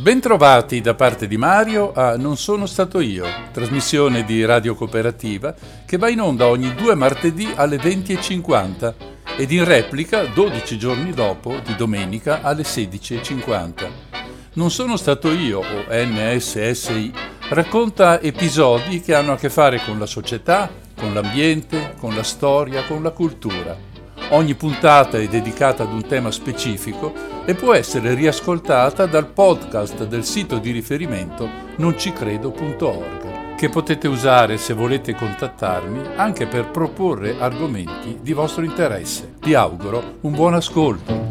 Bentrovati da parte di Mario a Non sono stato io, trasmissione di Radio Cooperativa che va in onda ogni 2 martedì alle 20:50 ed in replica 12 giorni dopo, di domenica, alle 16:50. Non sono stato io, o NSSI, racconta episodi che hanno a che fare con la società, con l'ambiente, con la storia, con la cultura. Ogni puntata è dedicata ad un tema specifico e può essere riascoltata dal podcast del sito di riferimento noncicredo.org, che potete usare se volete contattarmi anche per proporre argomenti di vostro interesse. Vi auguro un buon ascolto.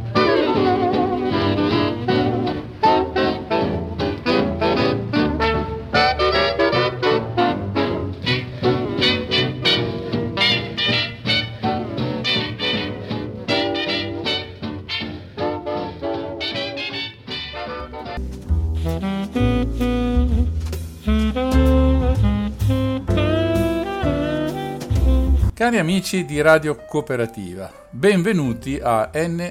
Cari amici di Radio Cooperativa, benvenuti a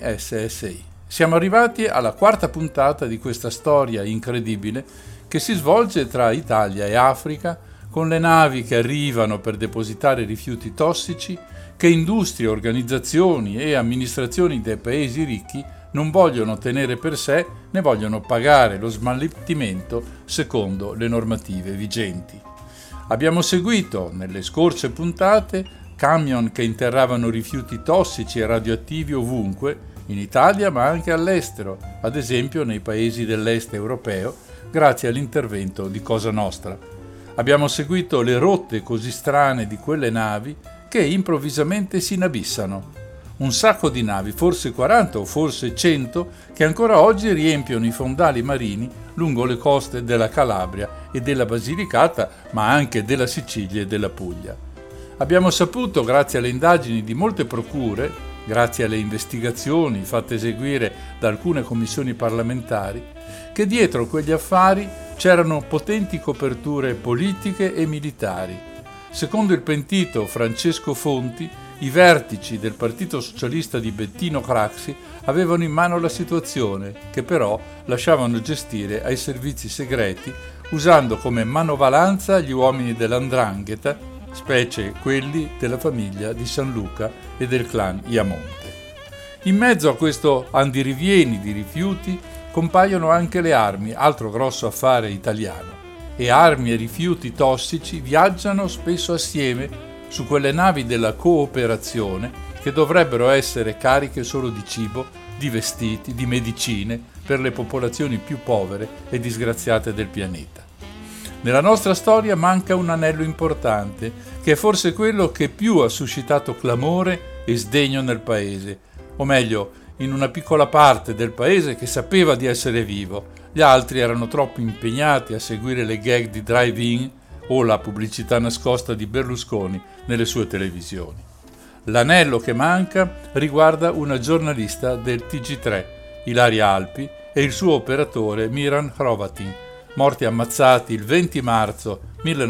NSSI. Siamo arrivati alla 4ª puntata di questa storia incredibile che si svolge tra Italia e Africa, con le navi che arrivano per depositare rifiuti tossici che industrie, organizzazioni e amministrazioni dei paesi ricchi non vogliono tenere per sé né vogliono pagare lo smaltimento secondo le normative vigenti. Abbiamo seguito nelle scorse puntate camion che interravano rifiuti tossici e radioattivi ovunque, in Italia ma anche all'estero, ad esempio nei paesi dell'est europeo, grazie all'intervento di Cosa Nostra. Abbiamo seguito le rotte così strane di quelle navi che improvvisamente si inabissano. Un sacco di navi, forse 40 o forse 100, che ancora oggi riempiono i fondali marini lungo le coste della Calabria e della Basilicata, ma anche della Sicilia e della Puglia. Abbiamo saputo, grazie alle indagini di molte procure, grazie alle investigazioni fatte eseguire da alcune commissioni parlamentari, che dietro quegli affari c'erano potenti coperture politiche e militari. Secondo il pentito Francesco Fonti, i vertici del Partito Socialista di Bettino Craxi avevano in mano la situazione, che però lasciavano gestire ai servizi segreti, usando come manovalanza gli uomini dell''ndrangheta, specie quelli della famiglia di San Luca e del clan Iamonte. In mezzo a questo andirivieni di rifiuti compaiono anche le armi, altro grosso affare italiano, e armi e rifiuti tossici viaggiano spesso assieme su quelle navi della cooperazione che dovrebbero essere cariche solo di cibo, di vestiti, di medicine per le popolazioni più povere e disgraziate del pianeta. Nella nostra storia manca un anello importante, che è forse quello che più ha suscitato clamore e sdegno nel paese, o meglio, in una piccola parte del paese che sapeva di essere vivo. Gli altri erano troppo impegnati a seguire le gag di drive-in o la pubblicità nascosta di Berlusconi nelle sue televisioni. L'anello che manca riguarda una giornalista del TG3, Ilaria Alpi, e il suo operatore Miran Hrovatin, morti ammazzati il 20 marzo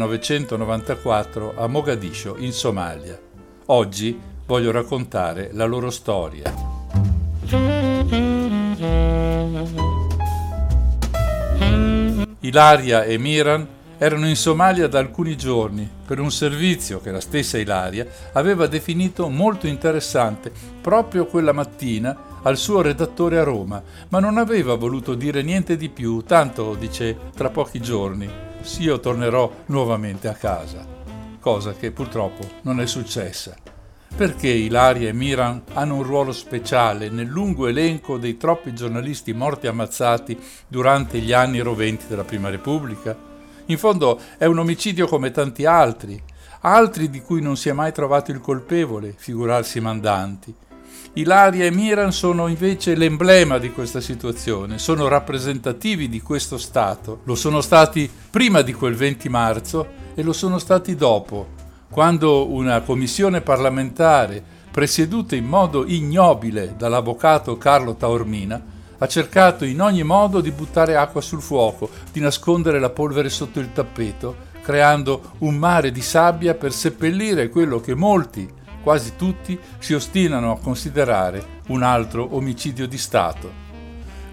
1994 a Mogadiscio, in Somalia. Oggi voglio raccontare la loro storia. Ilaria e Miran erano in Somalia da alcuni giorni per un servizio che la stessa Ilaria aveva definito molto interessante proprio quella mattina al suo redattore a Roma, ma non aveva voluto dire niente di più, tanto, dice, tra pochi giorni io tornerò nuovamente a casa, cosa che purtroppo non è successa. Perché Ilaria e Miran hanno un ruolo speciale nel lungo elenco dei troppi giornalisti morti e ammazzati durante gli anni roventi della Prima Repubblica? In fondo è un omicidio come tanti altri di cui non si è mai trovato il colpevole, figurarsi i mandanti. Ilaria e Miran sono invece l'emblema di questa situazione, sono rappresentativi di questo Stato. Lo sono stati prima di quel 20 marzo e lo sono stati dopo, quando una commissione parlamentare, presieduta in modo ignobile dall'avvocato Carlo Taormina, ha cercato in ogni modo di buttare acqua sul fuoco, di nascondere la polvere sotto il tappeto, creando un mare di sabbia per seppellire quello che molti, quasi tutti, si ostinano a considerare un altro omicidio di Stato.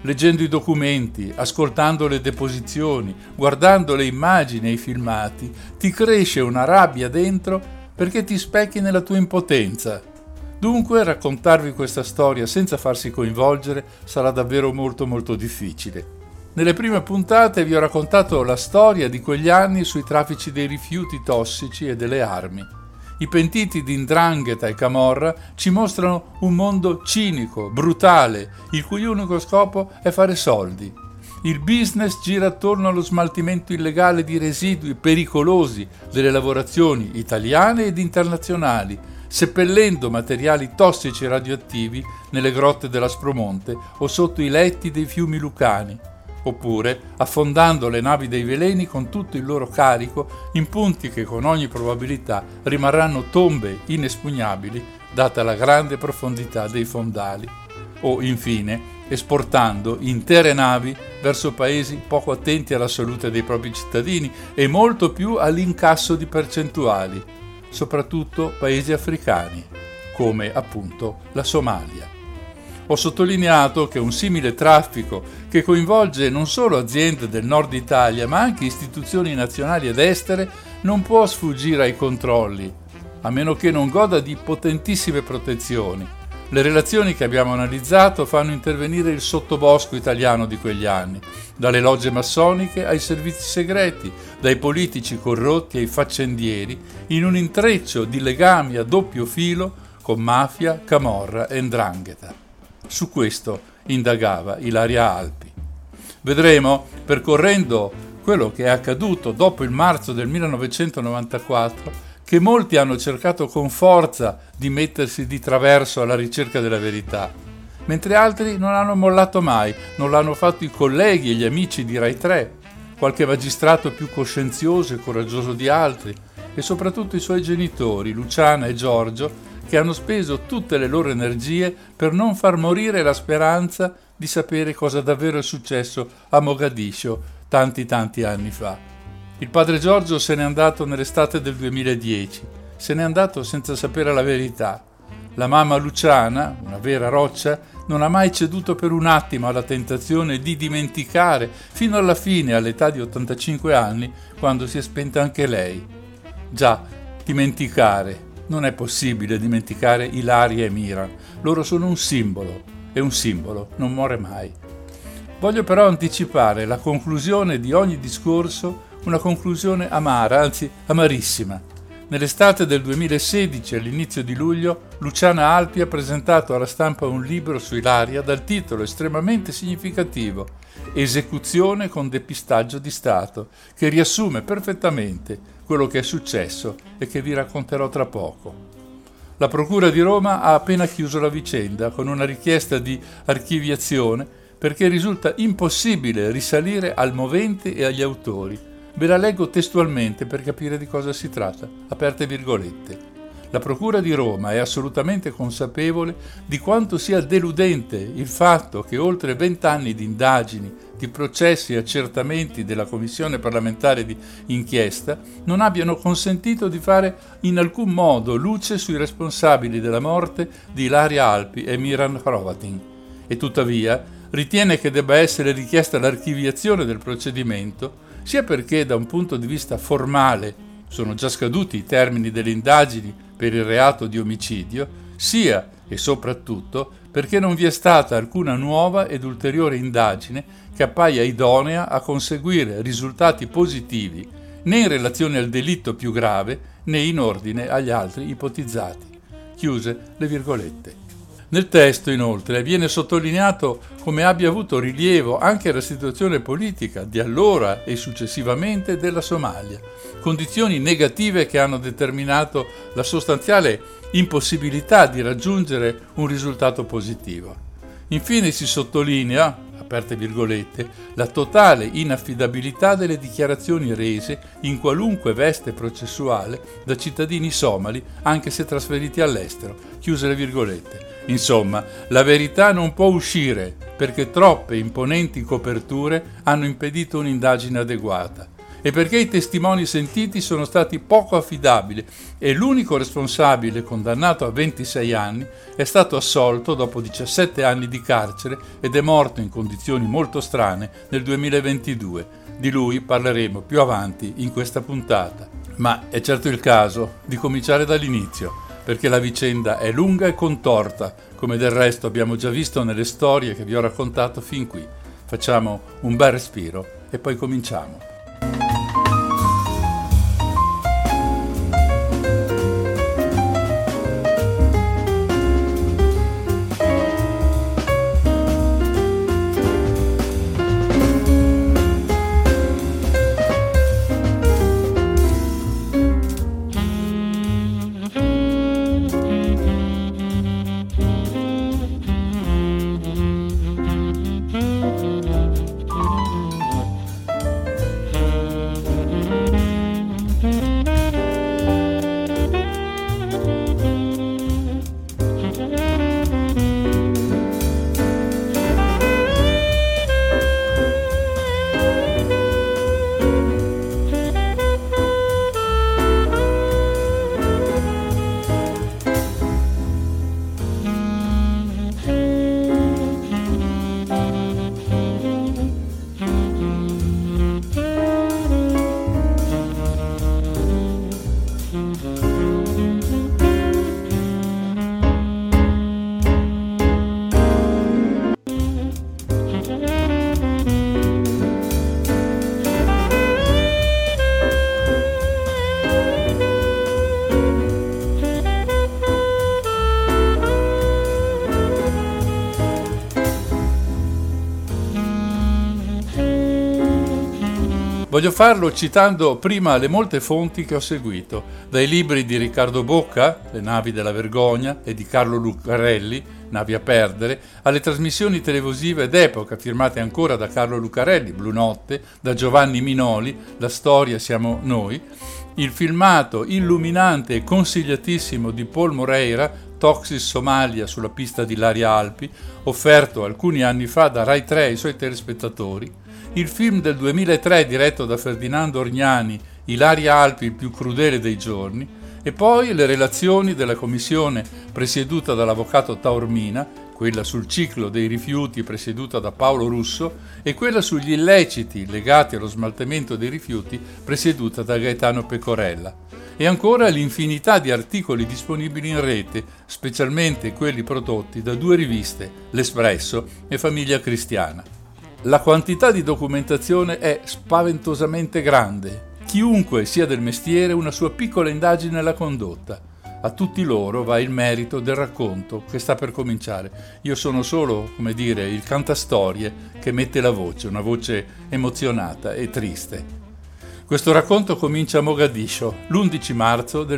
leggendo i documenti, ascoltando le deposizioni, guardando le immagini e i filmati, ti cresce una rabbia dentro perché ti specchi nella tua impotenza. Dunque raccontarvi questa storia senza farsi coinvolgere sarà davvero molto molto difficile. Nelle prime puntate vi ho raccontato la storia di quegli anni sui traffici dei rifiuti tossici e delle armi. I pentiti di 'Ndrangheta e Camorra ci mostrano un mondo cinico, brutale, il cui unico scopo è fare soldi. Il business gira attorno allo smaltimento illegale di residui pericolosi delle lavorazioni italiane ed internazionali, seppellendo materiali tossici e radioattivi nelle grotte dell'Aspromonte o sotto i letti dei fiumi lucani, oppure affondando le navi dei veleni con tutto il loro carico in punti che con ogni probabilità rimarranno tombe inespugnabili data la grande profondità dei fondali, o infine esportando intere navi verso paesi poco attenti alla salute dei propri cittadini e molto più all'incasso di percentuali, soprattutto paesi africani, come appunto la Somalia. Ho sottolineato che un simile traffico, che coinvolge non solo aziende del nord Italia, ma anche istituzioni nazionali ed estere, non può sfuggire ai controlli, a meno che non goda di potentissime protezioni. Le relazioni che abbiamo analizzato fanno intervenire il sottobosco italiano di quegli anni, dalle logge massoniche ai servizi segreti, dai politici corrotti ai faccendieri, in un intreccio di legami a doppio filo con mafia, camorra e 'ndrangheta. Su questo indagava Ilaria Alpi. Vedremo, percorrendo quello che è accaduto dopo il marzo del 1994, che molti hanno cercato con forza di mettersi di traverso alla ricerca della verità, mentre altri non hanno mollato mai. Non l'hanno fatto i colleghi e gli amici di Rai 3, qualche magistrato più coscienzioso e coraggioso di altri, e soprattutto i suoi genitori, Luciana e Giorgio, che hanno speso tutte le loro energie per non far morire la speranza di sapere cosa davvero è successo a Mogadiscio tanti anni fa. Il padre Giorgio se n'è andato nell'estate del 2010, se n'è andato senza sapere la verità. La mamma Luciana, una vera roccia, non ha mai ceduto per un attimo alla tentazione di dimenticare fino alla fine, all'età di 85 anni, quando si è spenta anche lei. Già, dimenticare. Non è possibile dimenticare Ilaria e Miran. Loro sono un simbolo, e un simbolo non muore mai. Voglio però anticipare la conclusione di ogni discorso, una conclusione amara, anzi amarissima. Nell'estate del 2016, all'inizio di luglio, Luciana Alpi ha presentato alla stampa un libro su Ilaria dal titolo estremamente significativo, Esecuzione con depistaggio di Stato, che riassume perfettamente quello che è successo e che vi racconterò tra poco. La Procura di Roma ha appena chiuso la vicenda con una richiesta di archiviazione perché risulta impossibile risalire al movente e agli autori. Ve la leggo testualmente per capire di cosa si tratta. Aperte virgolette. La Procura di Roma è assolutamente consapevole di quanto sia deludente il fatto che oltre 20 anni di indagini, di processi e accertamenti della Commissione parlamentare di inchiesta non abbiano consentito di fare in alcun modo luce sui responsabili della morte di Ilaria Alpi e Miran Hrovatin, e tuttavia ritiene che debba essere richiesta l'archiviazione del procedimento sia perché da un punto di vista formale sono già scaduti i termini delle indagini per il reato di omicidio, sia e soprattutto perché non vi è stata alcuna nuova ed ulteriore indagine che appaia idonea a conseguire risultati positivi né in relazione al delitto più grave né in ordine agli altri ipotizzati. Chiuse le virgolette. Nel testo, inoltre, viene sottolineato come abbia avuto rilievo anche la situazione politica di allora e successivamente della Somalia, condizioni negative che hanno determinato la sostanziale impossibilità di raggiungere un risultato positivo. Infine si sottolinea, aperte virgolette, la totale inaffidabilità delle dichiarazioni rese in qualunque veste processuale da cittadini somali, anche se trasferiti all'estero, chiuse le virgolette. Insomma, la verità non può uscire perché troppe imponenti coperture hanno impedito un'indagine adeguata. e perché i testimoni sentiti sono stati poco affidabili e l'unico responsabile, condannato a 26 anni, è stato assolto dopo 17 anni di carcere ed è morto in condizioni molto strane nel 2022. Di lui parleremo più avanti in questa puntata. Ma è certo il caso di cominciare dall'inizio, perché la vicenda è lunga e contorta, come del resto abbiamo già visto nelle storie che vi ho raccontato fin qui. Facciamo un bel respiro e poi cominciamo. Voglio farlo citando prima le molte fonti che ho seguito, dai libri di Riccardo Bocca, Le navi della vergogna, e di Carlo Lucarelli, Navi a perdere, alle trasmissioni televisive d'epoca firmate ancora da Carlo Lucarelli, Blu Notte, da Giovanni Minoli, La storia siamo noi, il filmato illuminante e consigliatissimo di Paul Moreira, Toxis Somalia sulla pista di Ilaria Alpi, offerto alcuni anni fa da Rai 3 ai suoi telespettatori, il film del 2003 diretto da Ferdinando Orgnani, Ilaria Alpi, il più crudele dei giorni, e poi le relazioni della commissione presieduta dall'avvocato Taormina, quella sul ciclo dei rifiuti presieduta da Paolo Russo e quella sugli illeciti legati allo smaltimento dei rifiuti presieduta da Gaetano Pecorella. E ancora l'infinità di articoli disponibili in rete, specialmente quelli prodotti da due riviste, L'Espresso e Famiglia Cristiana. La quantità di documentazione è spaventosamente grande. Chiunque sia del mestiere una sua piccola indagine l'ha condotta. A tutti loro va il merito del racconto che sta per cominciare. Io sono solo, il cantastorie che mette la voce, una voce emozionata e triste. Questo racconto comincia a Mogadiscio, l'11 marzo del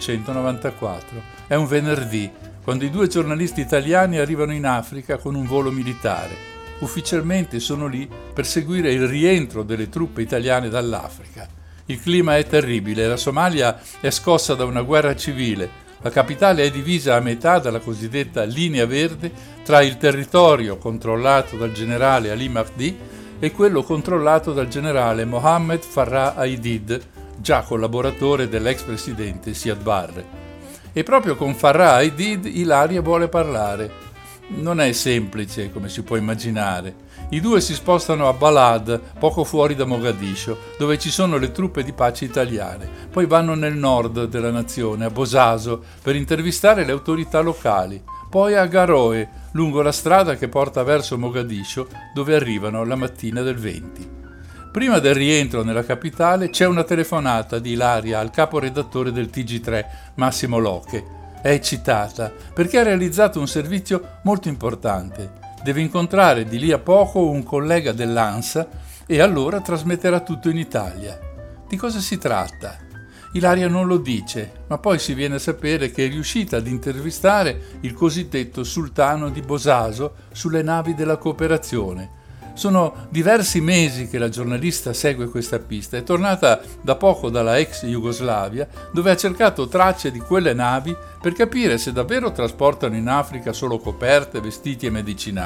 1994. È un venerdì, quando i due giornalisti italiani arrivano in Africa con un volo militare. Ufficialmente sono lì per seguire il rientro delle truppe italiane dall'Africa. Il clima è terribile, la Somalia è scossa da una guerra civile, la capitale è divisa a metà dalla cosiddetta linea verde tra il territorio controllato dal generale Ali Mahdi e quello controllato dal generale Mohammed Farah Aidid, già collaboratore dell'ex presidente Siad Barre. E proprio con Farah Aidid Ilaria vuole parlare. Non è semplice, come si può immaginare. I due si spostano a Balad, poco fuori da Mogadiscio, dove ci sono le truppe di pace italiane. Poi vanno nel nord della nazione, a Bosaso, per intervistare le autorità locali. Poi a Garoe, lungo la strada che porta verso Mogadiscio, dove arrivano la mattina del 20. Prima del rientro nella capitale c'è una telefonata di Ilaria al caporedattore del TG3, Massimo Loche. È eccitata perché ha realizzato un servizio molto importante. Deve incontrare di lì a poco un collega dell'ANSA e allora trasmetterà tutto in Italia. Di cosa si tratta? Ilaria non lo dice, ma poi si viene a sapere che è riuscita ad intervistare il cosiddetto sultano di Bosaso sulle navi della cooperazione. Sono diversi mesi che la giornalista segue questa pista. È tornata da poco dalla ex Jugoslavia, dove ha cercato tracce di quelle navi per capire se davvero trasportano in Africa solo coperte, vestiti e medicinali.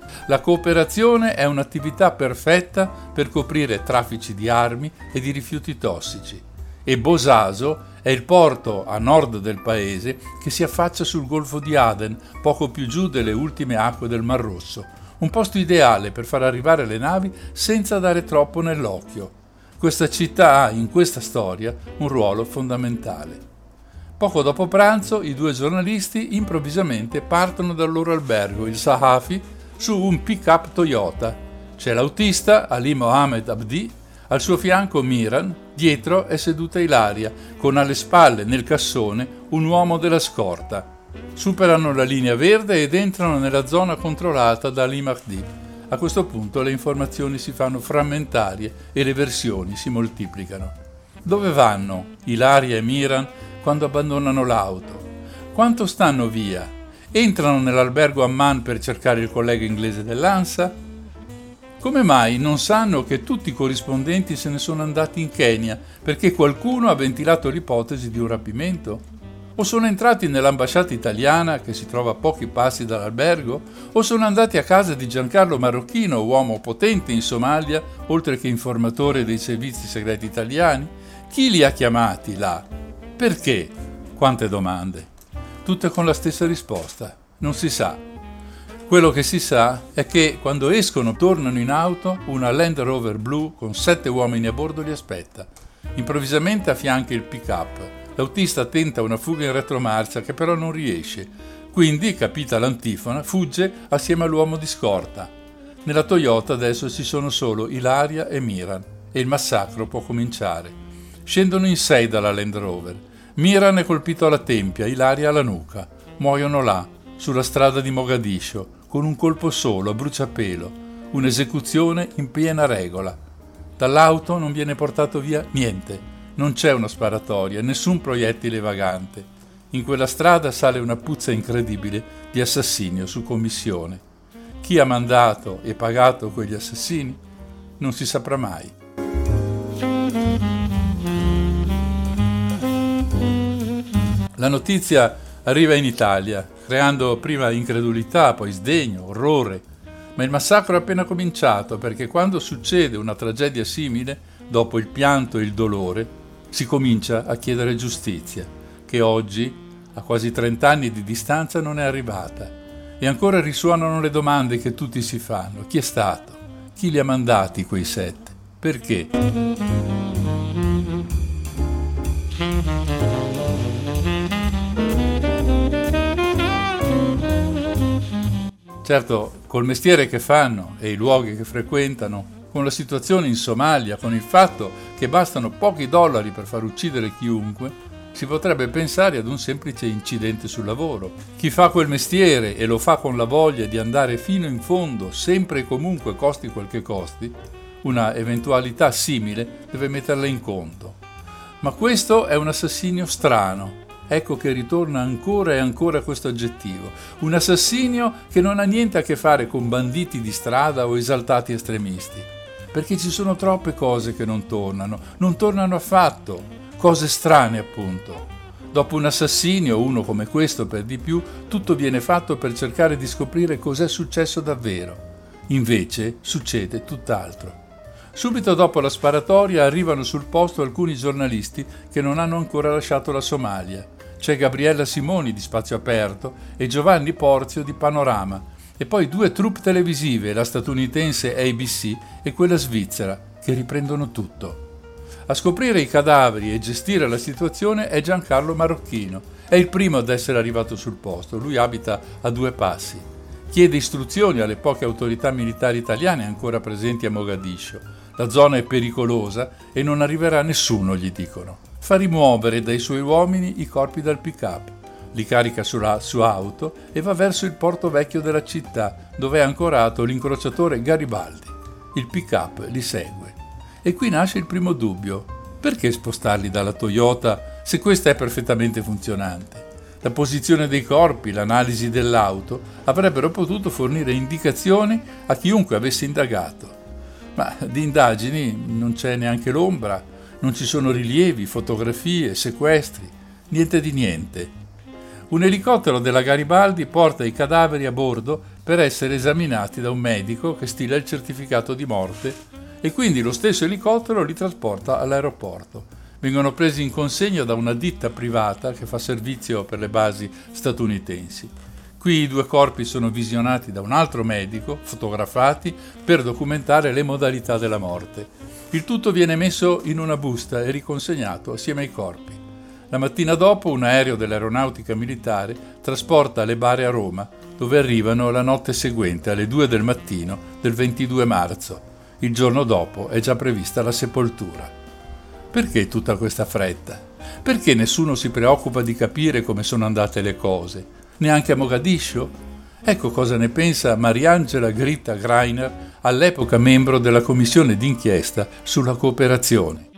La cooperazione è un'attività perfetta per coprire traffici di armi e di rifiuti tossici. E Bosaso è il porto a nord del paese che si affaccia sul Golfo di Aden, poco più giù delle ultime acque del Mar Rosso. Un posto ideale per far arrivare le navi senza dare troppo nell'occhio. Questa città ha in questa storia un ruolo fondamentale. Poco dopo pranzo i due giornalisti improvvisamente partono dal loro albergo, il Sahafi, su un pick-up Toyota. C'è l'autista, Ali Mohammed Abdi, al suo fianco Miran, dietro è seduta Ilaria, con alle spalle nel cassone un uomo della scorta. Superano la linea verde ed entrano nella zona controllata da Ali Mahdi. A questo punto le informazioni si fanno frammentarie e le versioni si moltiplicano. Dove vanno Ilaria e Miran quando abbandonano l'auto? Quanto stanno via? Entrano nell'albergo Amman per cercare il collega inglese dell'ANSA? Come mai non sanno che tutti i corrispondenti se ne sono andati in Kenya perché qualcuno ha ventilato l'ipotesi di un rapimento? O sono entrati nell'ambasciata italiana che si trova a pochi passi dall'albergo? O sono andati a casa di Giancarlo Marocchino, uomo potente in Somalia, oltre che informatore dei servizi segreti italiani? Chi li ha chiamati là? Perché? Quante domande. Tutte con la stessa risposta. Non si sa. Quello che si sa è che quando escono tornano in auto, una Land Rover blu con 7 uomini a bordo li aspetta. Improvvisamente affianca il pick-up. L'autista tenta una fuga in retromarcia che però non riesce. Quindi, capita l'antifona, fugge assieme all'uomo di scorta. Nella Toyota adesso ci sono solo Ilaria e Miran e il massacro può cominciare. Scendono in 6 dalla Land Rover. Miran è colpito alla tempia, Ilaria alla nuca. Muoiono là, sulla strada di Mogadiscio, con un colpo solo, a bruciapelo. Un'esecuzione in piena regola. Dall'auto non viene portato via niente. Non c'è una sparatoria, nessun proiettile vagante. In quella strada sale una puzza incredibile di assassinio su commissione. Chi ha mandato e pagato quegli assassini non si saprà mai. La notizia arriva in Italia, creando prima incredulità, poi sdegno, orrore. Ma il massacro è appena cominciato perché quando succede una tragedia simile, dopo il pianto e il dolore, si comincia a chiedere giustizia, che oggi, a quasi 30 anni di distanza, non è arrivata. E ancora risuonano le domande che tutti si fanno. Chi è stato? Chi li ha mandati quei 7? Perché? Certo, col mestiere che fanno e i luoghi che frequentano, con la situazione in Somalia, con il fatto che bastano pochi dollari per far uccidere chiunque, si potrebbe pensare ad un semplice incidente sul lavoro. Chi fa quel mestiere e lo fa con la voglia di andare fino in fondo, sempre e comunque costi quel che costi, una eventualità simile deve metterla in conto. Ma questo è un assassinio strano. Ecco che ritorna ancora e ancora questo aggettivo. Un assassinio che non ha niente a che fare con banditi di strada o esaltati estremisti. Perché ci sono troppe cose che non tornano affatto, cose strane appunto. Dopo un assassinio, uno come questo per di più, tutto viene fatto per cercare di scoprire cos'è successo davvero. Invece succede tutt'altro. Subito dopo la sparatoria arrivano sul posto alcuni giornalisti che non hanno ancora lasciato la Somalia. C'è Gabriella Simoni di Spazio Aperto e Giovanni Porzio di Panorama, e poi 2 troupe televisive, la statunitense ABC e quella svizzera, che riprendono tutto. A scoprire i cadaveri e gestire la situazione è Giancarlo Marocchino. È il primo ad essere arrivato sul posto, lui abita a 2 passi. Chiede istruzioni alle poche autorità militari italiane ancora presenti a Mogadiscio. La zona è pericolosa e non arriverà nessuno, gli dicono. Fa rimuovere dai suoi uomini i corpi dal pick-up, li carica sulla sua auto e va verso il porto vecchio della città, dove è ancorato l'incrociatore Garibaldi. Il pick-up li segue. E qui nasce il primo dubbio. Perché spostarli dalla Toyota se questa è perfettamente funzionante? La posizione dei corpi, l'analisi dell'auto avrebbero potuto fornire indicazioni a chiunque avesse indagato. Ma di indagini non c'è neanche l'ombra, non ci sono rilievi, fotografie, sequestri, niente di niente. Un elicottero della Garibaldi porta i cadaveri a bordo per essere esaminati da un medico che stila il certificato di morte e quindi lo stesso elicottero li trasporta all'aeroporto. Vengono presi in consegna da una ditta privata che fa servizio per le basi statunitensi. Qui i due corpi sono visionati da un altro medico, fotografati per documentare le modalità della morte. Il tutto viene messo in una busta e riconsegnato assieme ai corpi. La mattina dopo un aereo dell'aeronautica militare trasporta le bare a Roma, dove arrivano la notte seguente alle 2 del mattino del 22 marzo. Il giorno dopo è già prevista la sepoltura. Perché tutta questa fretta? Perché nessuno si preoccupa di capire come sono andate le cose? Neanche a Mogadiscio? Ecco cosa ne pensa Mariangela Gritta Greiner, all'epoca membro della commissione d'inchiesta sulla cooperazione.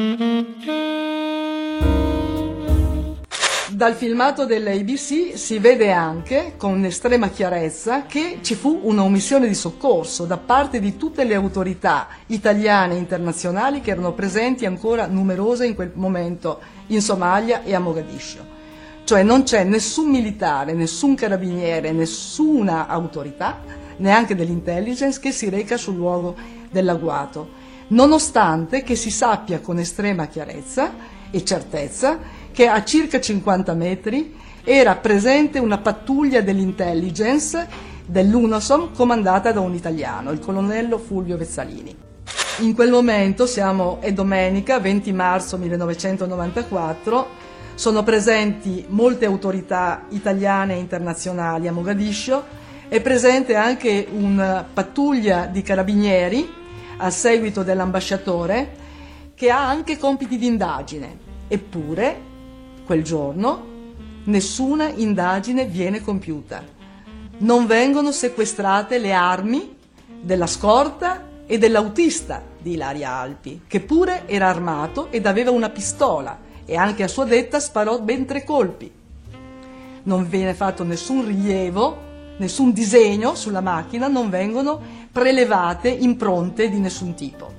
Dal filmato dell'ABC si vede anche, con estrema chiarezza, che ci fu una omissione di soccorso da parte di tutte le autorità italiane e internazionali che erano presenti ancora numerose in quel momento in Somalia e a Mogadiscio. Cioè non c'è nessun militare, nessun carabiniere, nessuna autorità, neanche dell'intelligence, che si reca sul luogo dell'agguato, nonostante che si sappia con estrema chiarezza e certezza che a circa 50 metri era presente una pattuglia dell'intelligence dell'UNOSOM comandata da un italiano, il colonnello Fulvio Vezzalini. In quel momento è domenica 20 marzo 1994, sono presenti molte autorità italiane e internazionali a Mogadiscio, è presente anche una pattuglia di carabinieri a seguito dell'ambasciatore che ha anche compiti di indagine, eppure quel giorno nessuna indagine viene compiuta. Non vengono sequestrate le armi della scorta e dell'autista di Ilaria Alpi, che pure era armato ed aveva una pistola e anche a sua detta sparò ben 3 colpi. Non viene fatto nessun rilievo, nessun disegno sulla macchina, non vengono prelevate impronte di nessun tipo.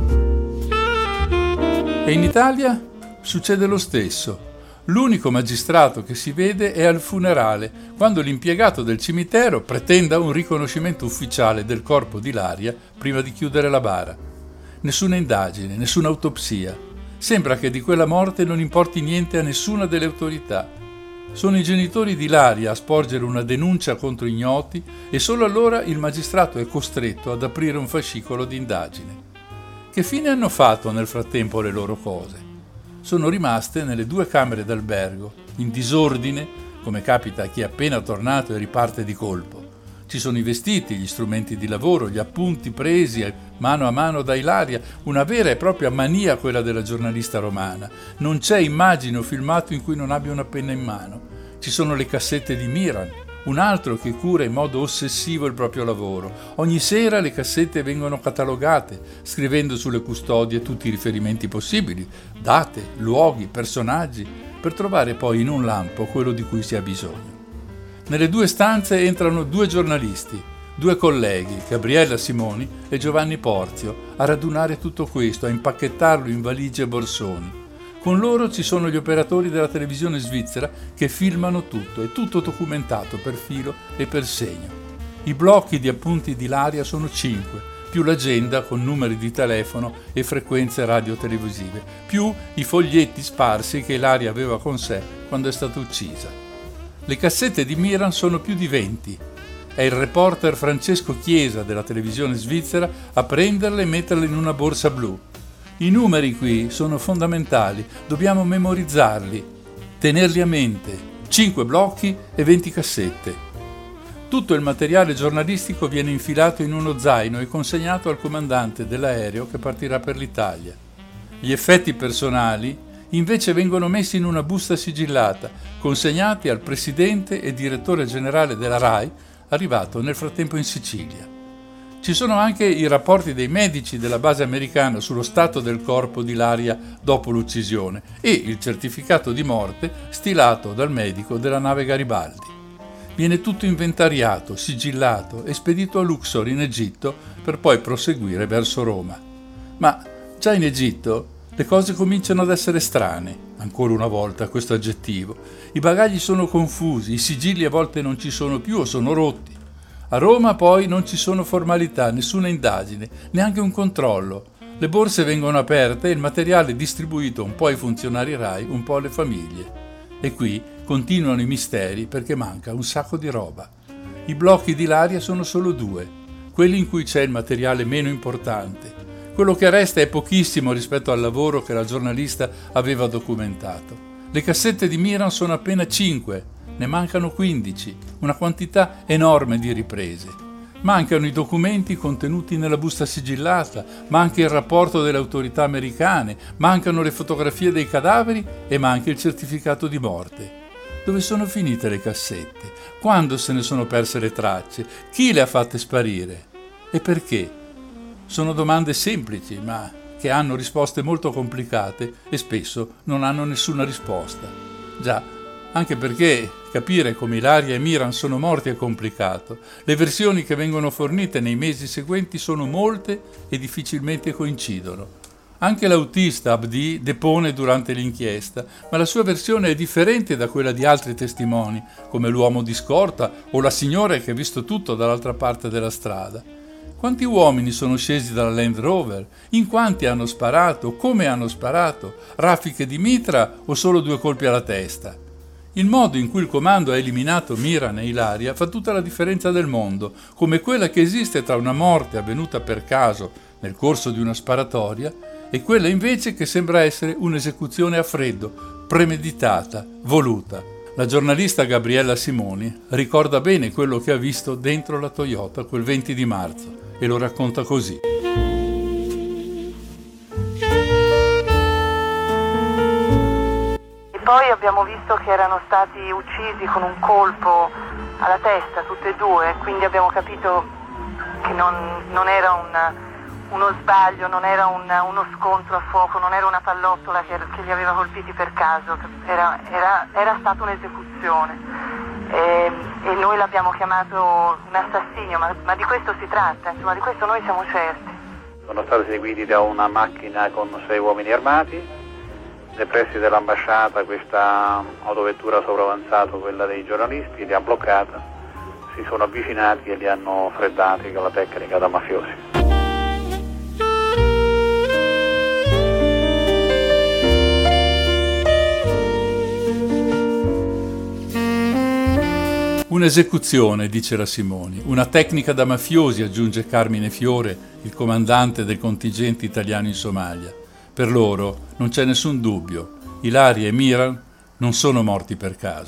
E in Italia succede lo stesso. L'unico magistrato che si vede è al funerale, quando l'impiegato del cimitero pretenda un riconoscimento ufficiale del corpo di Ilaria prima di chiudere la bara. Nessuna indagine, nessuna autopsia. Sembra che di quella morte non importi niente a nessuna delle autorità. Sono i genitori di Ilaria a sporgere una denuncia contro ignoti e solo allora il magistrato è costretto ad aprire un fascicolo di indagine. Che fine hanno fatto nel frattempo le loro cose? Sono rimaste nelle 2 camere d'albergo, in disordine, come capita a chi è appena tornato e riparte di colpo. Ci sono i vestiti, gli strumenti di lavoro, gli appunti presi mano a mano da Ilaria, una vera e propria mania quella della giornalista romana. Non c'è immagine o filmato in cui non abbia una penna in mano. Ci sono le cassette di Miran, un altro che cura in modo ossessivo il proprio lavoro. Ogni sera le cassette vengono catalogate, scrivendo sulle custodie tutti i riferimenti possibili, date, luoghi, personaggi, per trovare poi in un lampo quello di cui si ha bisogno. Nelle 2 stanze entrano 2 giornalisti, 2 colleghi, Gabriella Simoni e Giovanni Porzio, a radunare tutto questo, a impacchettarlo in valigie e borsoni. Con loro ci sono gli operatori della televisione svizzera che filmano tutto, è tutto documentato per filo e per segno. I blocchi di appunti di Ilaria sono 5, più l'agenda con numeri di telefono e frequenze radio-televisive, più i foglietti sparsi che Ilaria aveva con sé quando è stata uccisa. Le cassette di Miran sono più di 20. È il reporter Francesco Chiesa della televisione svizzera a prenderle e metterle in una borsa blu. I numeri qui sono fondamentali, dobbiamo memorizzarli, tenerli a mente. 5 blocchi e 20 cassette. Tutto il materiale giornalistico viene infilato in uno zaino e consegnato al comandante dell'aereo che partirà per l'Italia. Gli effetti personali invece vengono messi in una busta sigillata, consegnati al presidente e direttore generale della RAI, arrivato nel frattempo in Sicilia. Ci sono anche i rapporti dei medici della base americana sullo stato del corpo di Ilaria dopo l'uccisione e il certificato di morte stilato dal medico della nave Garibaldi. Viene tutto inventariato, sigillato e spedito a Luxor in Egitto per poi proseguire verso Roma. Ma già in Egitto Le cose cominciano ad essere strane, ancora una volta questo aggettivo. I bagagli sono confusi, i sigilli a volte non ci sono più o sono rotti. A Roma poi non ci sono formalità, nessuna indagine, neanche un controllo. Le borse vengono aperte e il materiale distribuito un po' ai funzionari RAI, un po' alle famiglie. E qui continuano i misteri perché manca un sacco di roba. I blocchi di Ilaria sono solo 2, quelli in cui c'è il materiale meno importante. Quello che resta è pochissimo rispetto al lavoro che la giornalista aveva documentato. Le cassette di Miran sono appena 5, ne mancano 15, una quantità enorme di riprese. Mancano i documenti contenuti nella busta sigillata, manca il rapporto delle autorità americane, mancano le fotografie dei cadaveri e manca il certificato di morte. Dove sono finite le cassette? Quando se ne sono perse le tracce? Chi le ha fatte sparire? E perché? Sono domande semplici, ma che hanno risposte molto complicate e spesso non hanno nessuna risposta. Già, anche perché capire come Ilaria e Miran sono morti è complicato. Le versioni che vengono fornite nei mesi seguenti sono molte e difficilmente coincidono. Anche l'autista Abdi depone durante l'inchiesta, ma la sua versione è differente da quella di altri testimoni, come l'uomo di scorta o la signora che ha visto tutto dall'altra parte della strada. Quanti uomini sono scesi dalla Land Rover? In quanti hanno sparato? Come hanno sparato? Raffiche di mitra o solo 2 colpi alla testa? Il modo in cui il comando ha eliminato Miran e Ilaria fa tutta la differenza del mondo, come quella che esiste tra una morte avvenuta per caso nel corso di una sparatoria e quella invece che sembra essere un'esecuzione a freddo, premeditata, voluta. La giornalista Gabriella Simoni ricorda bene quello che ha visto dentro la Toyota quel 20 di marzo e lo racconta così. E poi abbiamo visto che erano stati uccisi con un colpo alla testa, tutte e 2, quindi abbiamo capito che non era uno sbaglio, non era uno scontro a fuoco, non era una pallottola che li aveva colpiti per caso, era stata un'esecuzione. E noi l'abbiamo chiamato un assassinio, ma di questo si tratta, insomma, di questo noi siamo certi. Sono stati seguiti da una macchina con 6 uomini armati. Nei pressi dell'ambasciata questa autovettura sopravanzato, quella dei giornalisti, li ha bloccata, si sono avvicinati e li hanno freddati con la tecnica da mafiosi. Un'esecuzione, dice la Simoni, una tecnica da mafiosi, aggiunge Carmine Fiore, il comandante del contingente italiano in Somalia. Per loro non c'è nessun dubbio, Ilaria e Miran non sono morti per caso.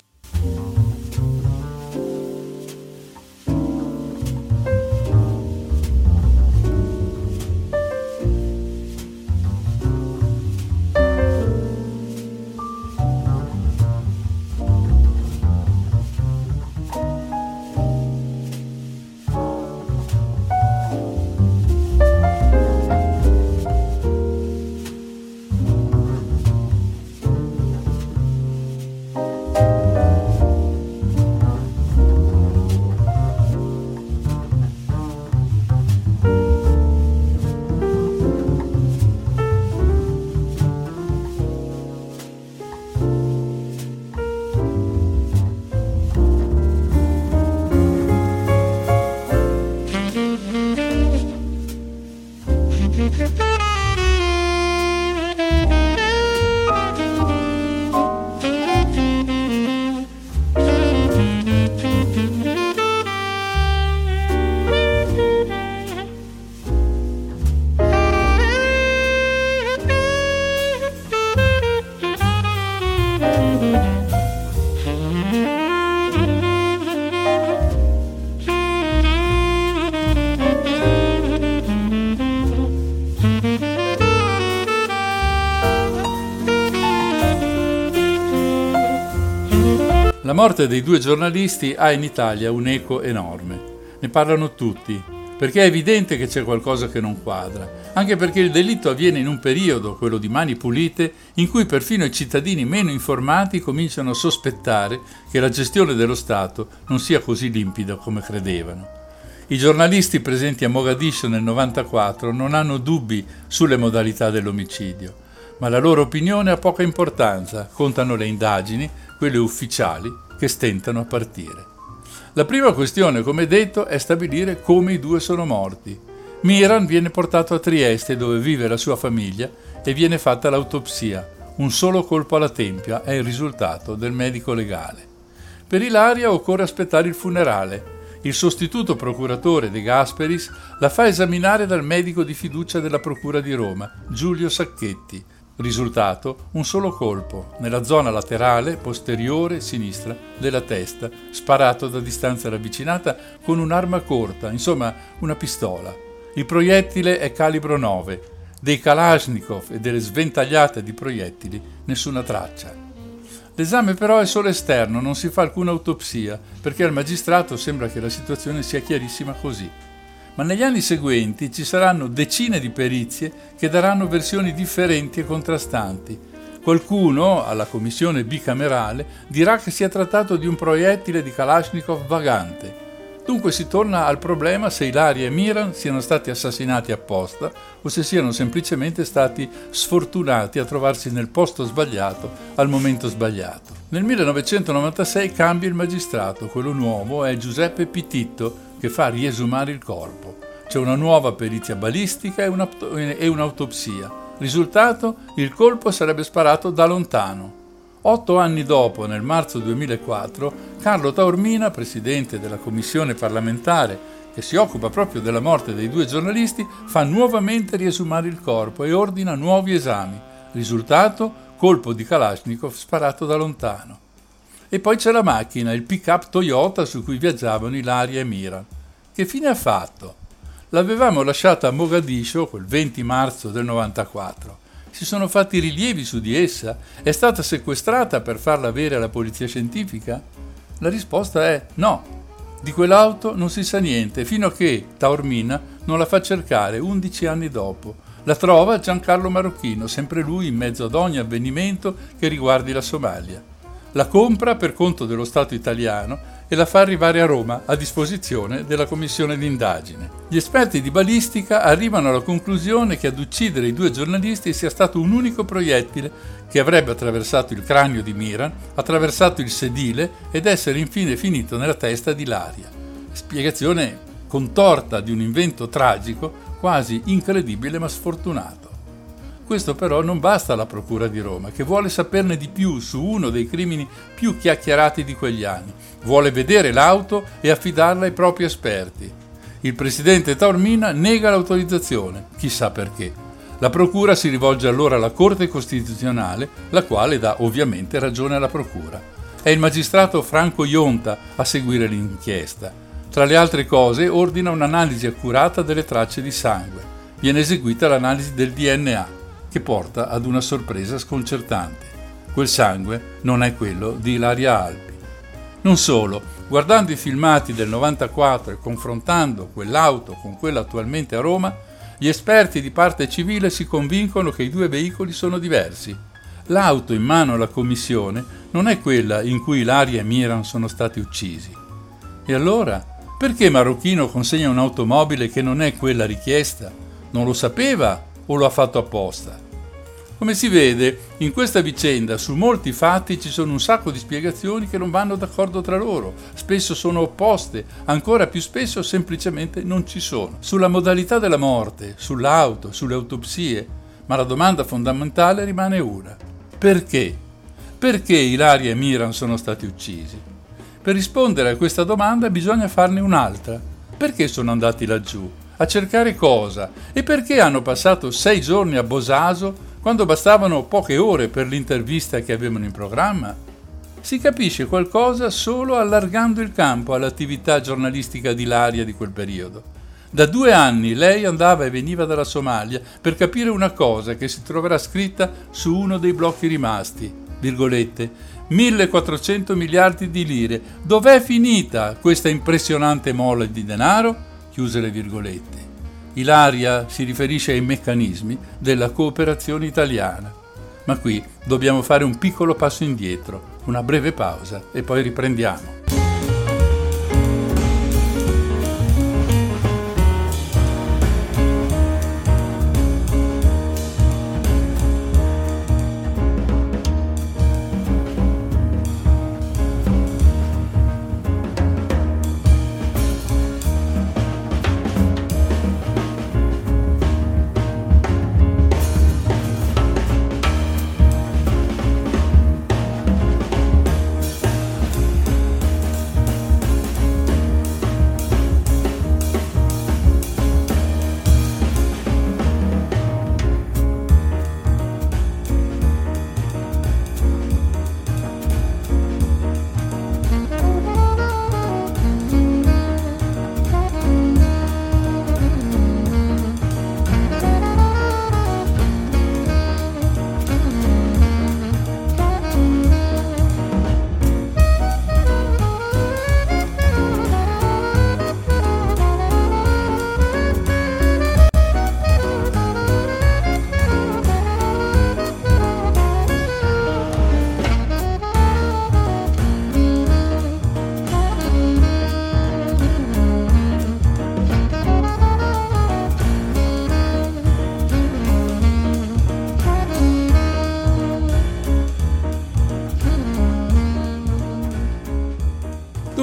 La morte dei 2 giornalisti ha in Italia un'eco enorme. Ne parlano tutti, perché è evidente che c'è qualcosa che non quadra, anche perché il delitto avviene in un periodo, quello di Mani Pulite, in cui perfino i cittadini meno informati cominciano a sospettare che la gestione dello Stato non sia così limpida come credevano. I giornalisti presenti a Mogadiscio nel 94 non hanno dubbi sulle modalità dell'omicidio, Ma la loro opinione ha poca importanza, contano le indagini, quelle ufficiali, che stentano a partire. La prima questione, come detto, è stabilire come i due sono morti. Miran viene portato a Trieste, dove vive la sua famiglia, e viene fatta l'autopsia. Un solo colpo alla tempia è il risultato del medico legale. Per Ilaria occorre aspettare il funerale. Il sostituto procuratore De Gasperis la fa esaminare dal medico di fiducia della Procura di Roma, Giulio Sacchetti. Risultato: un solo colpo, nella zona laterale, posteriore, sinistra della testa, sparato da distanza ravvicinata con un'arma corta, insomma una pistola. Il proiettile è calibro 9. Dei Kalashnikov e delle sventagliate di proiettili nessuna traccia. L'esame però è solo esterno, non si fa alcuna autopsia, perché al magistrato sembra che la situazione sia chiarissima così. Ma negli anni seguenti ci saranno decine di perizie che daranno versioni differenti e contrastanti. Qualcuno, alla commissione bicamerale, dirà che si è trattato di un proiettile di Kalashnikov vagante. Dunque si torna al problema se Ilaria e Miran siano stati assassinati apposta o se siano semplicemente stati sfortunati a trovarsi nel posto sbagliato al momento sbagliato. Nel 1996 cambia il magistrato, quello nuovo è Giuseppe Pititto, che fa riesumare il corpo. C'è una nuova perizia balistica e un'autopsia. Risultato: il colpo sarebbe sparato da lontano. 8 anni dopo, nel marzo 2004, Carlo Taormina, presidente della commissione parlamentare che si occupa proprio della morte dei due giornalisti, fa nuovamente riesumare il corpo e ordina nuovi esami. Risultato: colpo di Kalashnikov sparato da lontano. E poi c'è la macchina, il pick-up Toyota su cui viaggiavano Ilaria e Miran. Che fine ha fatto? L'avevamo lasciata a Mogadiscio quel 20 marzo del 94. Si sono fatti rilievi su di essa? È stata sequestrata per farla avere alla polizia scientifica? La risposta è no. Di quell'auto non si sa niente, fino a che Taormina non la fa cercare 11 anni dopo. La trova Giancarlo Marocchino, sempre lui in mezzo ad ogni avvenimento che riguardi la Somalia. La compra per conto dello Stato italiano e la fa arrivare a Roma a disposizione della commissione d'indagine. Gli esperti di balistica arrivano alla conclusione che ad uccidere i due giornalisti sia stato un unico proiettile che avrebbe attraversato il cranio di Miran, attraversato il sedile ed essere infine finito nella testa di Ilaria. Spiegazione contorta di un invento tragico, quasi incredibile ma sfortunato. Questo però non basta alla Procura di Roma, che vuole saperne di più su uno dei crimini più chiacchierati di quegli anni. Vuole vedere l'auto e affidarla ai propri esperti. Il presidente Taormina nega l'autorizzazione, chissà perché. La Procura si rivolge allora alla Corte Costituzionale, la quale dà ovviamente ragione alla Procura. È il magistrato Franco Ionta a seguire l'inchiesta. Tra le altre cose ordina un'analisi accurata delle tracce di sangue. Viene eseguita l'analisi del DNA, che porta ad una sorpresa sconcertante. Quel sangue non è quello di Ilaria Alpi. Non solo, guardando i filmati del 94 e confrontando quell'auto con quella attualmente a Roma, gli esperti di parte civile si convincono che i due veicoli sono diversi. L'auto in mano alla commissione non è quella in cui Ilaria e Miran sono stati uccisi. E allora, perché Marocchino consegna un'automobile che non è quella richiesta? Non lo sapeva o lo ha fatto apposta? Come si vede, in questa vicenda su molti fatti ci sono un sacco di spiegazioni che non vanno d'accordo tra loro, spesso sono opposte, ancora più spesso semplicemente non ci sono. Sulla modalità della morte, sull'auto, sulle autopsie, ma la domanda fondamentale rimane una. Perché? Perché Ilaria e Miran sono stati uccisi? Per rispondere a questa domanda bisogna farne un'altra. Perché sono andati laggiù? A cercare cosa? E perché hanno passato 6 giorni a Bosaso quando bastavano poche ore per l'intervista che avevano in programma? Si capisce qualcosa solo allargando il campo all'attività giornalistica di Ilaria di quel periodo. Da 2 anni lei andava e veniva dalla Somalia per capire una cosa che si troverà scritta su uno dei blocchi rimasti, virgolette, 1400 miliardi di lire. Dov'è finita questa impressionante mole di denaro? Chiuse le virgolette. Ilaria si riferisce ai meccanismi della cooperazione italiana. Ma qui dobbiamo fare un piccolo passo indietro, una breve pausa e poi riprendiamo.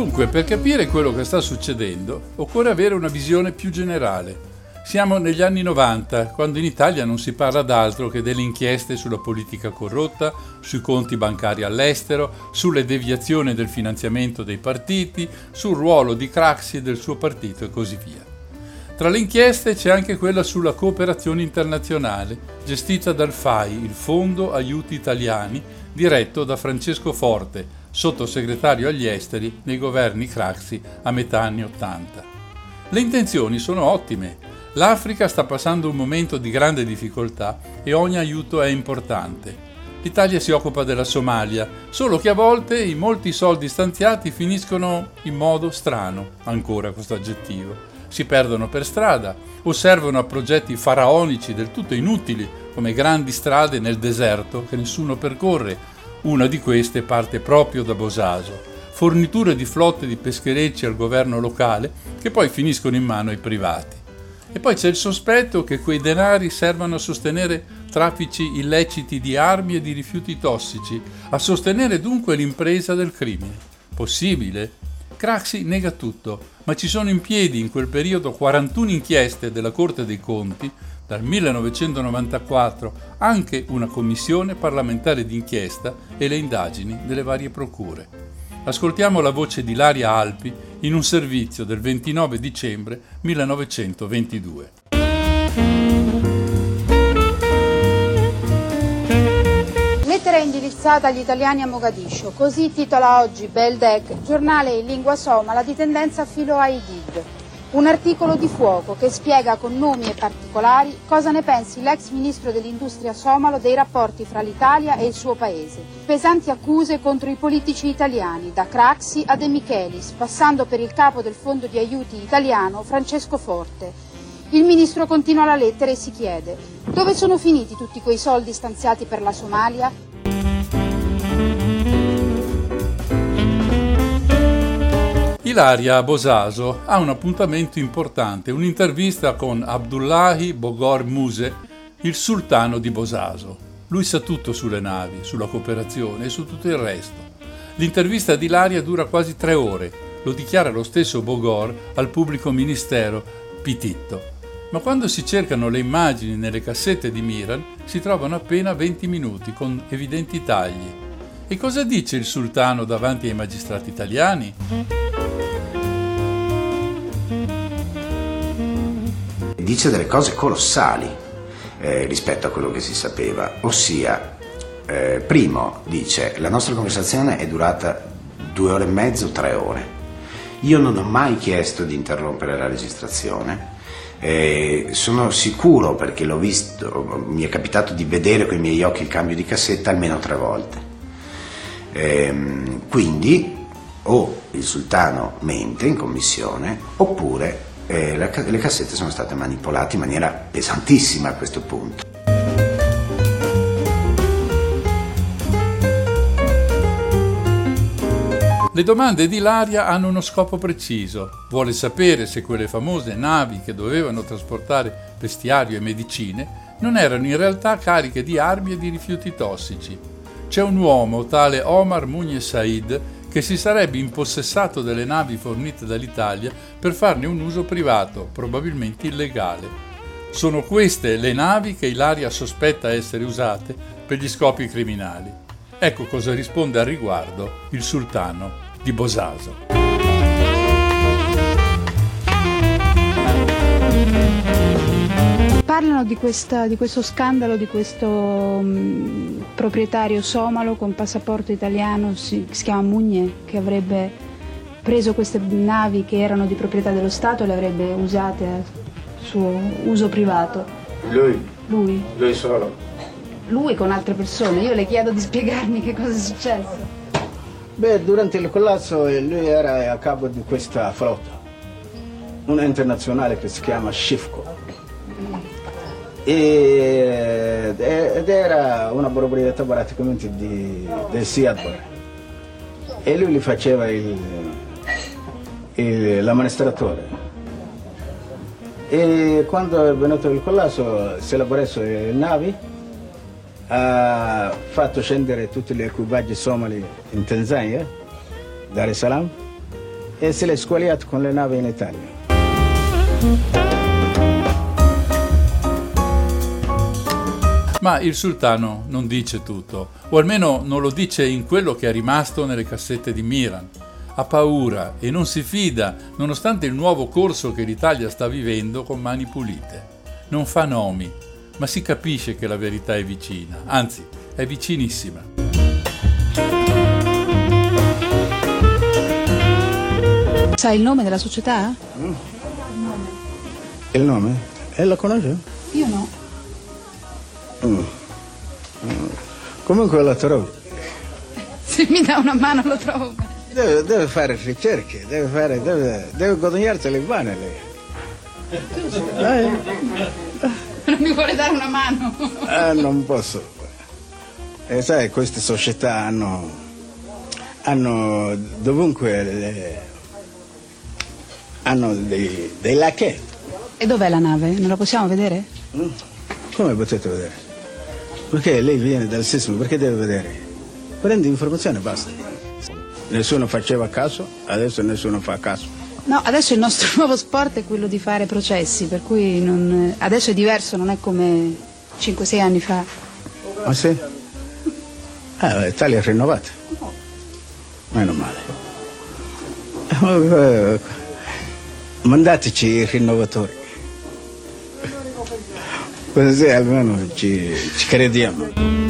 Dunque, per capire quello che sta succedendo, occorre avere una visione più generale. Siamo negli anni 90, quando in Italia non si parla d'altro che delle inchieste sulla politica corrotta, sui conti bancari all'estero, sulle deviazioni del finanziamento dei partiti, sul ruolo di Craxi e del suo partito e così via. Tra le inchieste c'è anche quella sulla cooperazione internazionale, gestita dal FAI, il Fondo Aiuti Italiani, diretto da Francesco Forte, sottosegretario agli esteri nei governi Craxi a metà anni '80. Le intenzioni sono ottime. L'Africa sta passando un momento di grande difficoltà e ogni aiuto è importante. L'Italia si occupa della Somalia, solo che a volte i molti soldi stanziati finiscono in modo strano, ancora questo aggettivo. Si perdono per strada o servono a progetti faraonici del tutto inutili, come grandi strade nel deserto che nessuno percorre. Una di queste parte proprio da Bosaso. Forniture di flotte di pescherecci al governo locale che poi finiscono in mano ai privati. E poi c'è il sospetto che quei denari servano a sostenere traffici illeciti di armi e di rifiuti tossici, a sostenere dunque l'impresa del crimine. Possibile? Craxi nega tutto, ma ci sono in piedi in quel periodo 41 inchieste della Corte dei Conti, dal 1994 anche una commissione parlamentare d'inchiesta e le indagini delle varie procure. Ascoltiamo la voce di Ilaria Alpi in un servizio del 29 dicembre 1922. Lettera indirizzata agli italiani a Mogadiscio, così titola oggi Beldeg, giornale in lingua somala di tendenza filo-Aidid. Un articolo di fuoco che spiega con nomi e particolari cosa ne pensi l'ex ministro dell'industria somalo dei rapporti fra l'Italia e il suo paese. Pesanti accuse contro i politici italiani, da Craxi a De Michelis, passando per il capo del fondo di aiuti italiano Francesco Forte. Il ministro continua la lettera e si chiede: dove sono finiti tutti quei soldi stanziati per la Somalia? Ilaria a Bosaso ha un appuntamento importante, un'intervista con Abdullahi Bogor Muse, il sultano di Bosaso. Lui sa tutto sulle navi, sulla cooperazione e su tutto il resto. L'intervista di Ilaria dura quasi 3 ore, lo dichiara lo stesso Bogor al pubblico ministero Pititto. Ma quando si cercano le immagini nelle cassette di Miran si trovano appena 20 minuti con evidenti tagli. E cosa dice il sultano davanti ai magistrati italiani? Dice delle cose colossali rispetto a quello che si sapeva, ossia, primo dice, la nostra conversazione è durata 2 ore e mezzo, 3 ore. Io non ho mai chiesto di interrompere la registrazione, sono sicuro, perché l'ho visto, mi è capitato di vedere con i miei occhi il cambio di cassetta almeno 3 volte. Quindi o il sultano mente in commissione oppure le cassette sono state manipolate in maniera pesantissima a questo punto. Le domande di Ilaria hanno uno scopo preciso. Vuole sapere se quelle famose navi che dovevano trasportare bestiario e medicine non erano in realtà cariche di armi e di rifiuti tossici. C'è un uomo, tale Omar Mugnez Said, che si sarebbe impossessato delle navi fornite dall'Italia per farne un uso privato, probabilmente illegale. Sono queste le navi che Ilaria sospetta essere usate per gli scopi criminali. Ecco cosa risponde al riguardo il sultano di Bosaso. Parlano di questo scandalo, di questo proprietario somalo con passaporto italiano, si chiama Mugne, che avrebbe preso queste navi che erano di proprietà dello Stato e le avrebbe usate a suo uso privato. Lui solo? Lui con altre persone. Io le chiedo di spiegarmi che cosa è successo. Durante il collasso lui era a capo di questa flotta, una internazionale che si chiama Shifco. Ed era una proprietà praticamente del Siad Barre. E lui gli faceva l'amministratore. E quando è venuto il collasso si è preso le navi, ha fatto scendere tutti gli equipaggi somali in Tanzania, Dar es Salaam, e se l'è squaliato con le navi in Italia. Ma il sultano non dice tutto, o almeno non lo dice in quello che è rimasto nelle cassette di Miran. Ha paura e non si fida, nonostante il nuovo corso che l'Italia sta vivendo con mani pulite. Non fa nomi, ma si capisce che la verità è vicina, anzi, è vicinissima. Sai il nome della società? Il nome? E lo conosce? Io no. Comunque la trovo. Se mi dà una mano lo trovo. Deve fare ricerche, deve guadagnarsele bene lei. Non mi vuole dare una mano? Non posso. E sai, queste società hanno dovunque hanno dei lacchetti. E dov'è la nave? Non la possiamo vedere? Come potete vedere? Perché lei viene dal sisma, perché deve vedere? Prende informazione e basta. Nessuno faceva caso, adesso nessuno fa caso. No, adesso il nostro nuovo sport è quello di fare processi, per cui adesso è diverso, non è come 5-6 anni fa. Ah sì? L'Italia è rinnovata. Meno male. Mandateci i rinnovatori. Così almeno ci crediamo.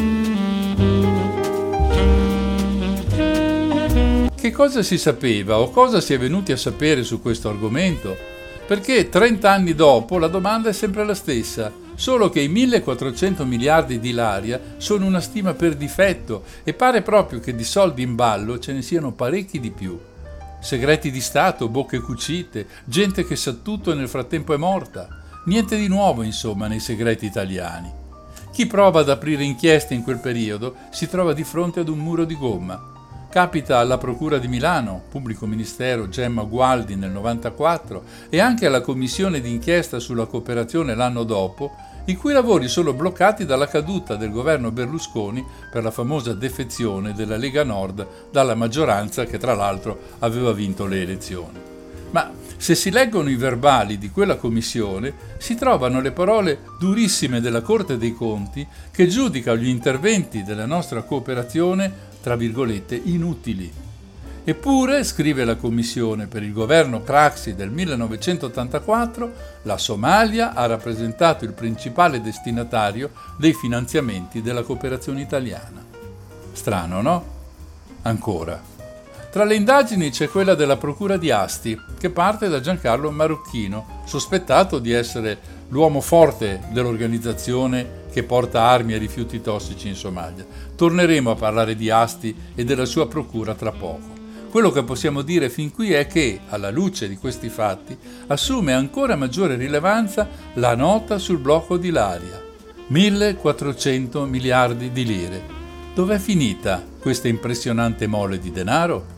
Che cosa si sapeva o cosa si è venuti a sapere su questo argomento? Perché 30 anni dopo la domanda è sempre la stessa, solo che i 1.400 miliardi di Ilaria sono una stima per difetto e pare proprio che di soldi in ballo ce ne siano parecchi di più. Segreti di Stato, bocche cucite, gente che sa tutto e nel frattempo è morta. Niente di nuovo, insomma, nei segreti italiani. Chi prova ad aprire inchieste in quel periodo si trova di fronte ad un muro di gomma. Capita alla Procura di Milano, pubblico ministero Gemma Gualdi nel 1994 e anche alla commissione d'inchiesta sulla cooperazione l'anno dopo, i cui lavori sono bloccati dalla caduta del governo Berlusconi per la famosa defezione della Lega Nord dalla maggioranza che tra l'altro aveva vinto le elezioni. Ma se si leggono i verbali di quella commissione si trovano le parole durissime della Corte dei Conti che giudica gli interventi della nostra cooperazione tra virgolette inutili. Eppure, scrive la Commissione per il governo Craxi del 1984, la Somalia ha rappresentato il principale destinatario dei finanziamenti della cooperazione italiana. Strano, no? Ancora. Tra le indagini c'è quella della Procura di Asti, che parte da Giancarlo Marocchino, sospettato di essere l'uomo forte dell'organizzazione che porta armi e rifiuti tossici in Somalia. Torneremo a parlare di Asti e della sua procura tra poco. Quello che possiamo dire fin qui è che, alla luce di questi fatti, assume ancora maggiore rilevanza la nota sul blocco di Ilaria. 1.400 miliardi di lire. Dov'è finita questa impressionante mole di denaro?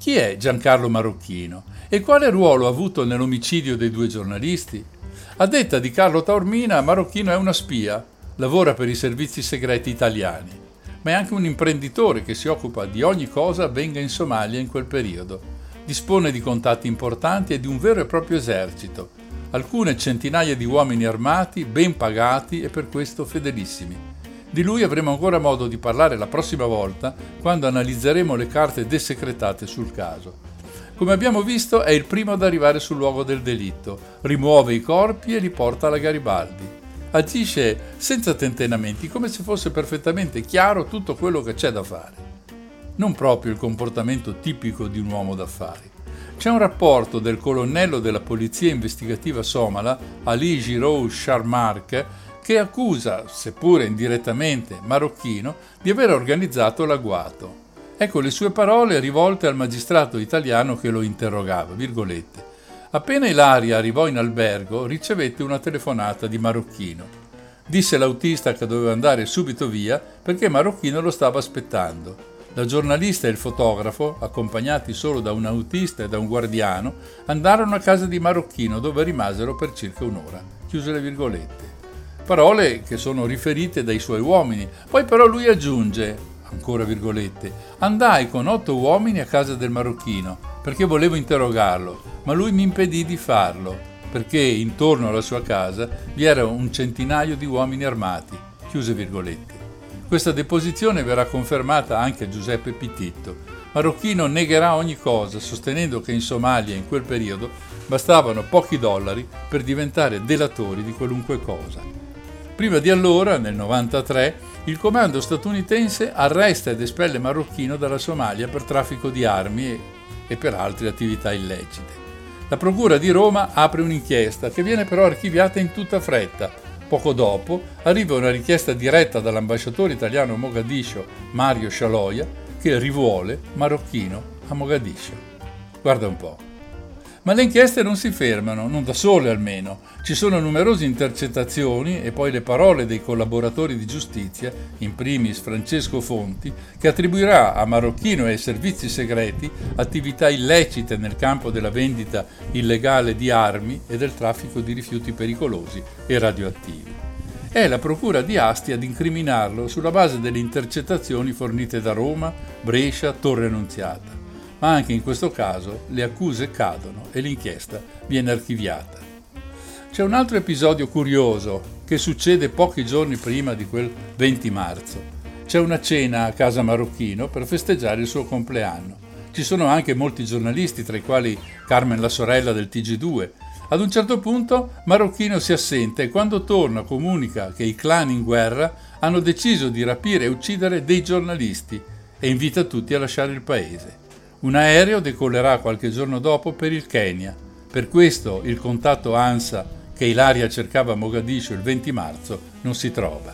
Chi è Giancarlo Marocchino e quale ruolo ha avuto nell'omicidio dei 2 giornalisti? A detta di Carlo Taormina, Marocchino è una spia, lavora per i servizi segreti italiani, ma è anche un imprenditore che si occupa di ogni cosa avvenga in Somalia in quel periodo. Dispone di contatti importanti e di un vero e proprio esercito, alcune centinaia di uomini armati, ben pagati e per questo fedelissimi. Di lui avremo ancora modo di parlare la prossima volta, quando analizzeremo le carte desecretate sul caso. Come abbiamo visto, è il primo ad arrivare sul luogo del delitto, rimuove i corpi e li porta alla Garibaldi. Agisce senza tentennamenti, come se fosse perfettamente chiaro tutto quello che c'è da fare. Non proprio il comportamento tipico di un uomo d'affari. C'è un rapporto del colonnello della polizia investigativa somala, Ali Girou Sharmark, che accusa, seppure indirettamente, Marocchino di aver organizzato l'agguato. Ecco le sue parole rivolte al magistrato italiano che lo interrogava, virgolette. Appena Ilaria arrivò in albergo, ricevette una telefonata di Marocchino. Disse l'autista che doveva andare subito via perché Marocchino lo stava aspettando. La giornalista e il fotografo, accompagnati solo da un autista e da un guardiano, andarono a casa di Marocchino dove rimasero per circa un'ora. Chiuse le virgolette. Parole che sono riferite dai suoi uomini. Poi però lui aggiunge, ancora virgolette, andai con 8 uomini a casa del Marocchino perché volevo interrogarlo, ma lui mi impedì di farlo perché intorno alla sua casa vi era un centinaio di uomini armati. Chiuse virgolette. Questa deposizione verrà confermata anche a Giuseppe Pititto. Marocchino negherà ogni cosa, sostenendo che in Somalia in quel periodo bastavano pochi dollari per diventare delatori di qualunque cosa. Prima di allora, nel 1993, il comando statunitense arresta ed espelle Marocchino dalla Somalia per traffico di armi e per altre attività illecite. La Procura di Roma apre un'inchiesta che viene però archiviata in tutta fretta. Poco dopo arriva una richiesta diretta dall'ambasciatore italiano a Mogadiscio, Mario Scialoia, che rivuole Marocchino a Mogadiscio. Guarda un po'. Ma le inchieste non si fermano, non da sole almeno. Ci sono numerose intercettazioni e poi le parole dei collaboratori di giustizia, in primis Francesco Fonti, che attribuirà a Marocchino e ai servizi segreti attività illecite nel campo della vendita illegale di armi e del traffico di rifiuti pericolosi e radioattivi. È la procura di Asti ad incriminarlo sulla base delle intercettazioni fornite da Roma, Brescia, Torre Annunziata. Ma anche in questo caso le accuse cadono e l'inchiesta viene archiviata. C'è un altro episodio curioso che succede pochi giorni prima di quel 20 marzo. C'è una cena a casa Marocchino per festeggiare il suo compleanno. Ci sono anche molti giornalisti, tra i quali Carmen la sorella del TG2. Ad un certo punto Marocchino si assente e quando torna comunica che i clan in guerra hanno deciso di rapire e uccidere dei giornalisti e invita tutti a lasciare il paese. Un aereo decollerà qualche giorno dopo per il Kenya. Per questo il contatto ANSA che Ilaria cercava a Mogadiscio il 20 marzo non si trova.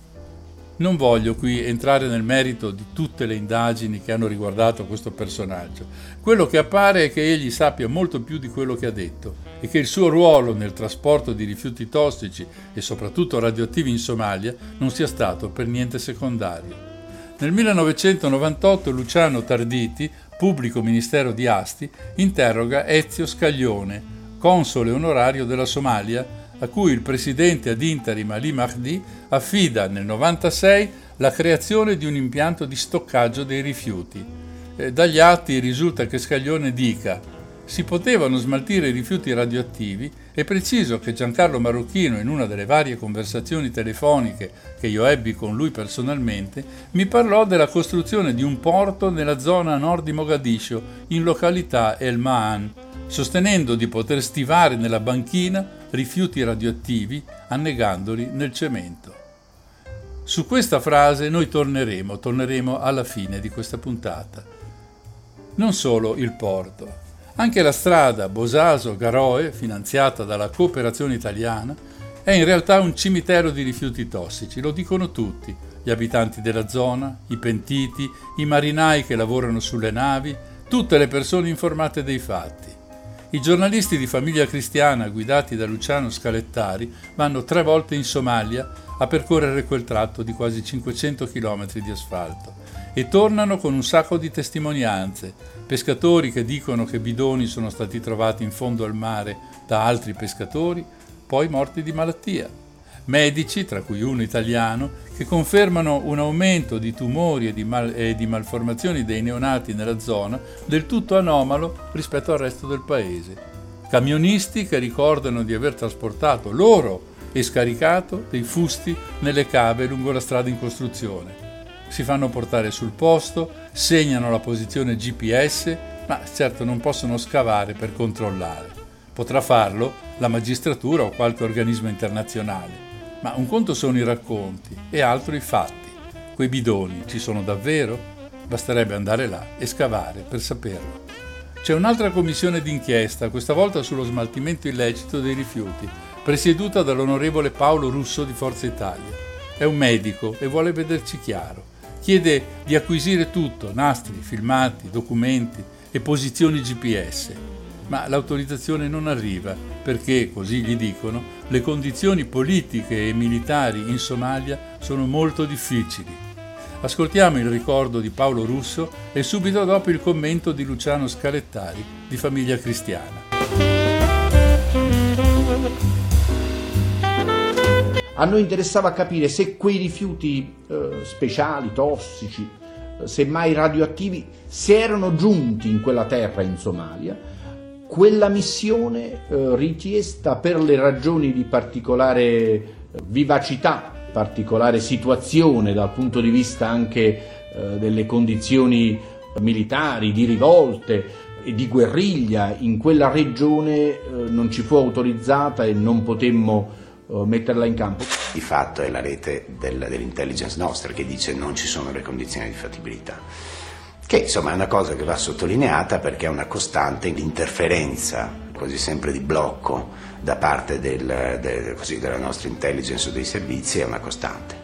Non voglio qui entrare nel merito di tutte le indagini che hanno riguardato questo personaggio. Quello che appare è che egli sappia molto più di quello che ha detto e che il suo ruolo nel trasporto di rifiuti tossici e soprattutto radioattivi in Somalia non sia stato per niente secondario. Nel 1998 Luciano Tarditi, pubblico ministero di Asti, interroga Ezio Scaglione, console onorario della Somalia, a cui il presidente ad interim Ali Mahdi affida nel 1996 la creazione di un impianto di stoccaggio dei rifiuti. Dagli atti risulta che Scaglione dica: si potevano smaltire i rifiuti radioattivi. È preciso che Giancarlo Marocchino, in una delle varie conversazioni telefoniche che io ebbi con lui personalmente, mi parlò della costruzione di un porto nella zona a nord di Mogadiscio, in località El Maan, sostenendo di poter stivare nella banchina rifiuti radioattivi annegandoli nel cemento. Su questa frase noi torneremo alla fine di questa puntata. Non solo il porto. Anche la strada Bosaso-Garoe, finanziata dalla Cooperazione Italiana, è in realtà un cimitero di rifiuti tossici, lo dicono tutti, gli abitanti della zona, i pentiti, i marinai che lavorano sulle navi, tutte le persone informate dei fatti. I giornalisti di Famiglia Cristiana, guidati da Luciano Scalettari, vanno 3 volte in Somalia a percorrere quel tratto di quasi 500 km di asfalto e tornano con un sacco di testimonianze, pescatori che dicono che bidoni sono stati trovati in fondo al mare da altri pescatori, poi morti di malattia, medici, tra cui uno italiano, che confermano un aumento di tumori e di malformazioni dei neonati nella zona del tutto anomalo rispetto al resto del paese, camionisti che ricordano di aver trasportato loro e scaricato dei fusti nelle cave lungo la strada in costruzione. Si fanno portare sul posto, segnano la posizione GPS, ma certo non possono scavare per controllare. Potrà farlo la magistratura o qualche organismo internazionale, ma un conto sono i racconti e altro i fatti. Quei bidoni ci sono davvero? Basterebbe andare là e scavare per saperlo. C'è un'altra commissione d'inchiesta, questa volta sullo smaltimento illecito dei rifiuti, presieduta dall'onorevole Paolo Russo di Forza Italia. È un medico e vuole vederci chiaro. Chiede di acquisire tutto, nastri, filmati, documenti e posizioni GPS. Ma l'autorizzazione non arriva perché, così gli dicono, le condizioni politiche e militari in Somalia sono molto difficili. Ascoltiamo il ricordo di Paolo Russo e subito dopo il commento di Luciano Scalettari di Famiglia Cristiana. A noi interessava capire se quei rifiuti speciali, tossici, semmai radioattivi, se erano giunti in quella terra in Somalia. Quella missione richiesta per le ragioni di particolare vivacità, particolare situazione dal punto di vista anche delle condizioni militari, di rivolte e di guerriglia in quella regione non ci fu autorizzata e non potemmo metterla in campo. Di fatto è la rete dell'intelligence nostra che dice non ci sono le condizioni di fattibilità, che insomma è una cosa che va sottolineata perché è una costante interferenza, quasi sempre di blocco, da parte della nostra intelligence o dei servizi, è una costante.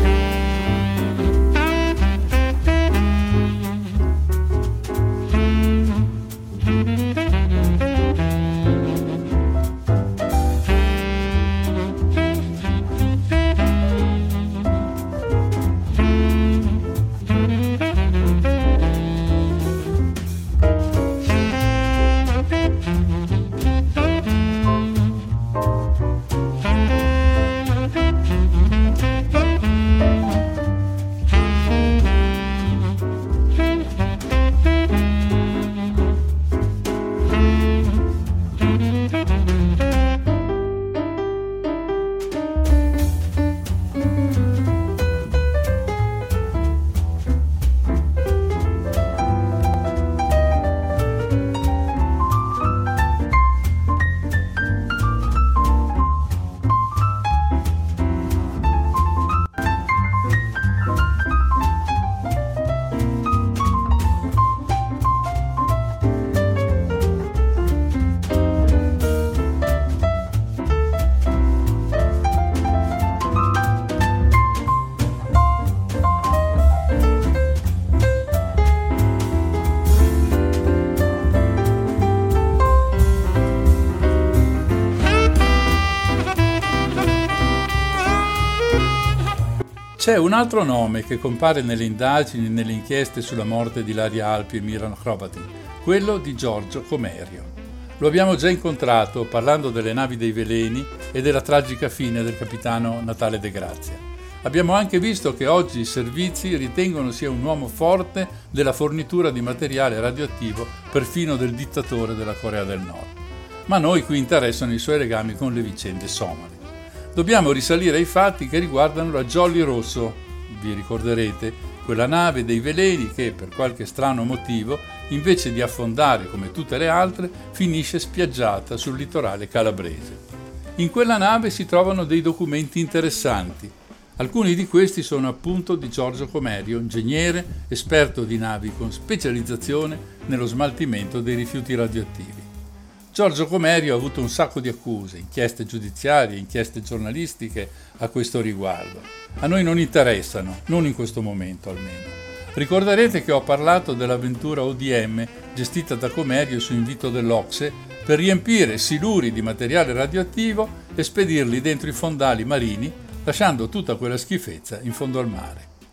C'è un altro nome che compare nelle indagini e nelle inchieste sulla morte di Ilaria Alpi e Miran Hrovatin, quello di Giorgio Comerio. Lo abbiamo già incontrato parlando delle navi dei veleni e della tragica fine del capitano Natale De Grazia. Abbiamo anche visto che oggi i servizi ritengono sia un uomo forte della fornitura di materiale radioattivo perfino del dittatore della Corea del Nord. Ma a noi qui interessano i suoi legami con le vicende somale. Dobbiamo risalire ai fatti che riguardano la Jolly Rosso. Vi ricorderete, quella nave dei veleni che, per qualche strano motivo, invece di affondare come tutte le altre, finisce spiaggiata sul litorale calabrese. In quella nave si trovano dei documenti interessanti. Alcuni di questi sono appunto di Giorgio Comerio, ingegnere, esperto di navi con specializzazione nello smaltimento dei rifiuti radioattivi. Giorgio Comerio ha avuto un sacco di accuse, inchieste giudiziarie, inchieste giornalistiche a questo riguardo. A noi non interessano, non in questo momento almeno. Ricorderete che ho parlato dell'avventura ODM gestita da Comerio su invito dell'Ocse per riempire siluri di materiale radioattivo e spedirli dentro i fondali marini, lasciando tutta quella schifezza in fondo al mare.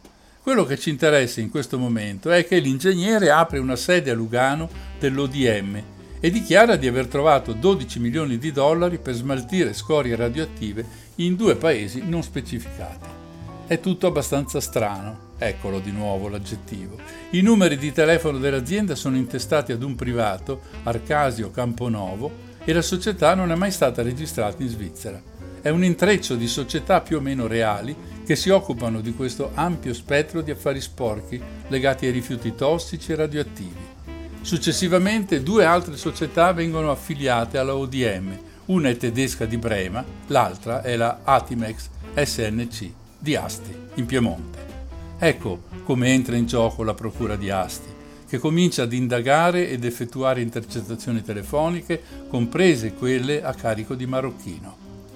Quello che ci interessa in questo momento è che l'ingegnere apre una sede a Lugano dell'ODM e dichiara di aver trovato 12 milioni di dollari per smaltire scorie radioattive in 2 paesi non specificati. È tutto abbastanza strano. Eccolo di nuovo l'aggettivo. I numeri di telefono dell'azienda sono intestati ad un privato, Arcasio Camponovo, e la società non è mai stata registrata in Svizzera. È un intreccio di società più o meno reali che si occupano di questo ampio spettro di affari sporchi legati ai rifiuti tossici e radioattivi. Successivamente 2 altre società vengono affiliate alla ODM, una è tedesca di Brema, l'altra è la Atimex SNC di Asti, in Piemonte. Ecco come entra in gioco la procura di Asti, che comincia ad indagare ed effettuare intercettazioni telefoniche, comprese quelle a carico di Marocchino.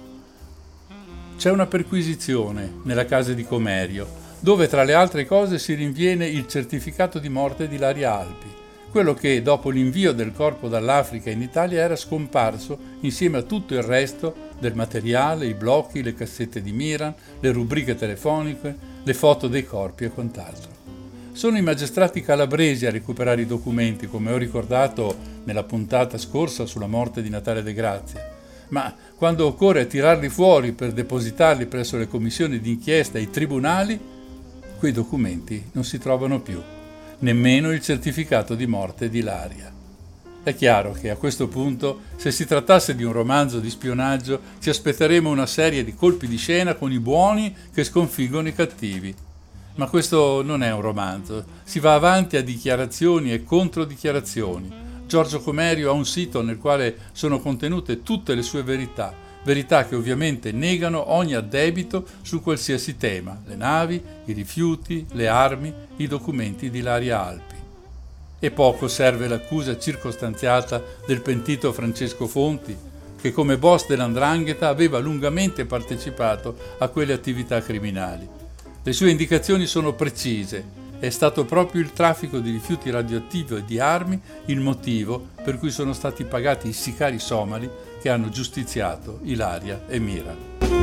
C'è una perquisizione nella casa di Comerio, dove tra le altre cose si rinviene il certificato di morte di Ilaria Alpi, quello che dopo l'invio del corpo dall'Africa in Italia era scomparso insieme a tutto il resto del materiale, i blocchi, le cassette di Miran, le rubriche telefoniche, le foto dei corpi e quant'altro. Sono i magistrati calabresi a recuperare i documenti, come ho ricordato nella puntata scorsa sulla morte di Natale De Grazia. Ma quando occorre tirarli fuori per depositarli presso le commissioni d'inchiesta e i tribunali, quei documenti non si trovano più, nemmeno il certificato di morte di Ilaria. È chiaro che a questo punto, se si trattasse di un romanzo di spionaggio, ci aspetteremo una serie di colpi di scena con i buoni che sconfiggono i cattivi. Ma questo non è un romanzo, si va avanti a dichiarazioni e controdichiarazioni. Giorgio Comerio ha un sito nel quale sono contenute tutte le sue verità che ovviamente negano ogni addebito su qualsiasi tema, le navi, i rifiuti, le armi, i documenti di Ilaria Alpi. E poco serve l'accusa circostanziata del pentito Francesco Fonti, che come boss dell''ndrangheta aveva lungamente partecipato a quelle attività criminali. Le sue indicazioni sono precise. È stato proprio il traffico di rifiuti radioattivi e di armi il motivo per cui sono stati pagati i sicari somali che hanno giustiziato Ilaria e Miran.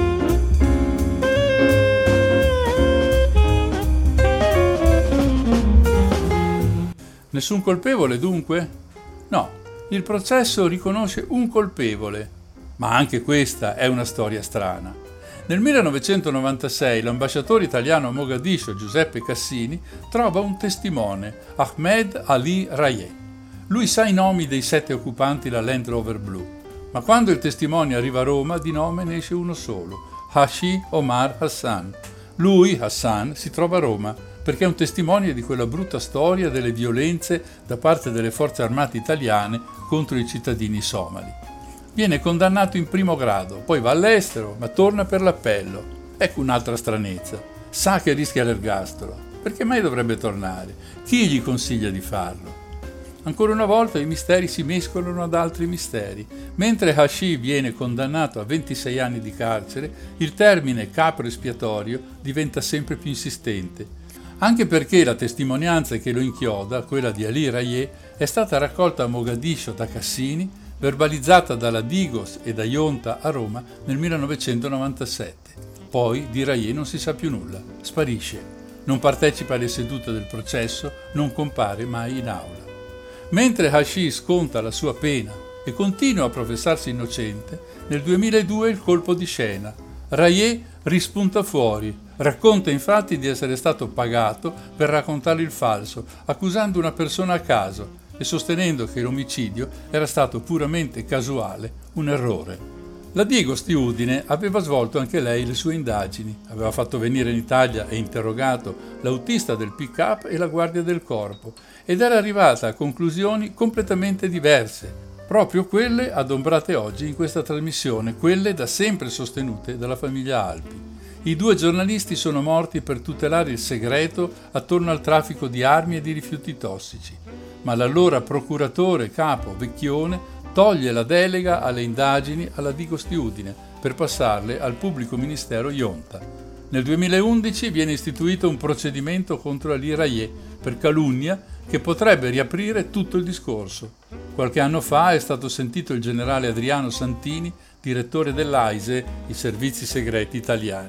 Nessun colpevole dunque? No, il processo riconosce un colpevole, ma anche questa è una storia strana. Nel 1996 l'ambasciatore italiano a Mogadiscio Giuseppe Cassini trova un testimone, Ahmed Ali Rayeh. Lui sa i nomi dei 7 occupanti la Land Rover blu, ma quando il testimone arriva a Roma di nome ne esce uno solo, Hashi Omar Hassan. Lui, Hassan, si trova a Roma perché è un testimone di quella brutta storia delle violenze da parte delle forze armate italiane contro i cittadini somali. Viene condannato in primo grado, poi va all'estero, ma torna per l'appello. Ecco un'altra stranezza. Sa che rischia l'ergastolo. Perché mai dovrebbe tornare? Chi gli consiglia di farlo? Ancora una volta i misteri si mescolano ad altri misteri. Mentre Hashi viene condannato a 26 anni di carcere, il termine capro espiatorio diventa sempre più insistente. Anche perché la testimonianza che lo inchioda, quella di Ali Rayeh, è stata raccolta a Mogadiscio da Cassini, verbalizzata dalla Digos e da Ionta a Roma nel 1997. Poi di Rayeh non si sa più nulla, sparisce, non partecipa alle sedute del processo, non compare mai in aula. Mentre Hashi sconta la sua pena e continua a professarsi innocente, nel 2002 il colpo di scena. Rayeh rispunta fuori, racconta infatti di essere stato pagato per raccontare il falso, accusando una persona a caso e sostenendo che l'omicidio era stato puramente casuale, un errore. La Digos di Udine aveva svolto anche lei le sue indagini, aveva fatto venire in Italia e interrogato l'autista del pick-up e la guardia del corpo ed era arrivata a conclusioni completamente diverse, proprio quelle adombrate oggi in questa trasmissione, quelle da sempre sostenute dalla famiglia Alpi. I 2 giornalisti sono morti per tutelare il segreto attorno al traffico di armi e di rifiuti tossici, ma l'allora procuratore capo Vecchione toglie la delega alle indagini alla Digos di Udine per passarle al pubblico ministero Ionta. Nel 2011 viene istituito un procedimento contro Ali Rayeh per calunnia che potrebbe riaprire tutto il discorso. Qualche anno fa è stato sentito il generale Adriano Santini, direttore dell'AISE, i servizi segreti italiani.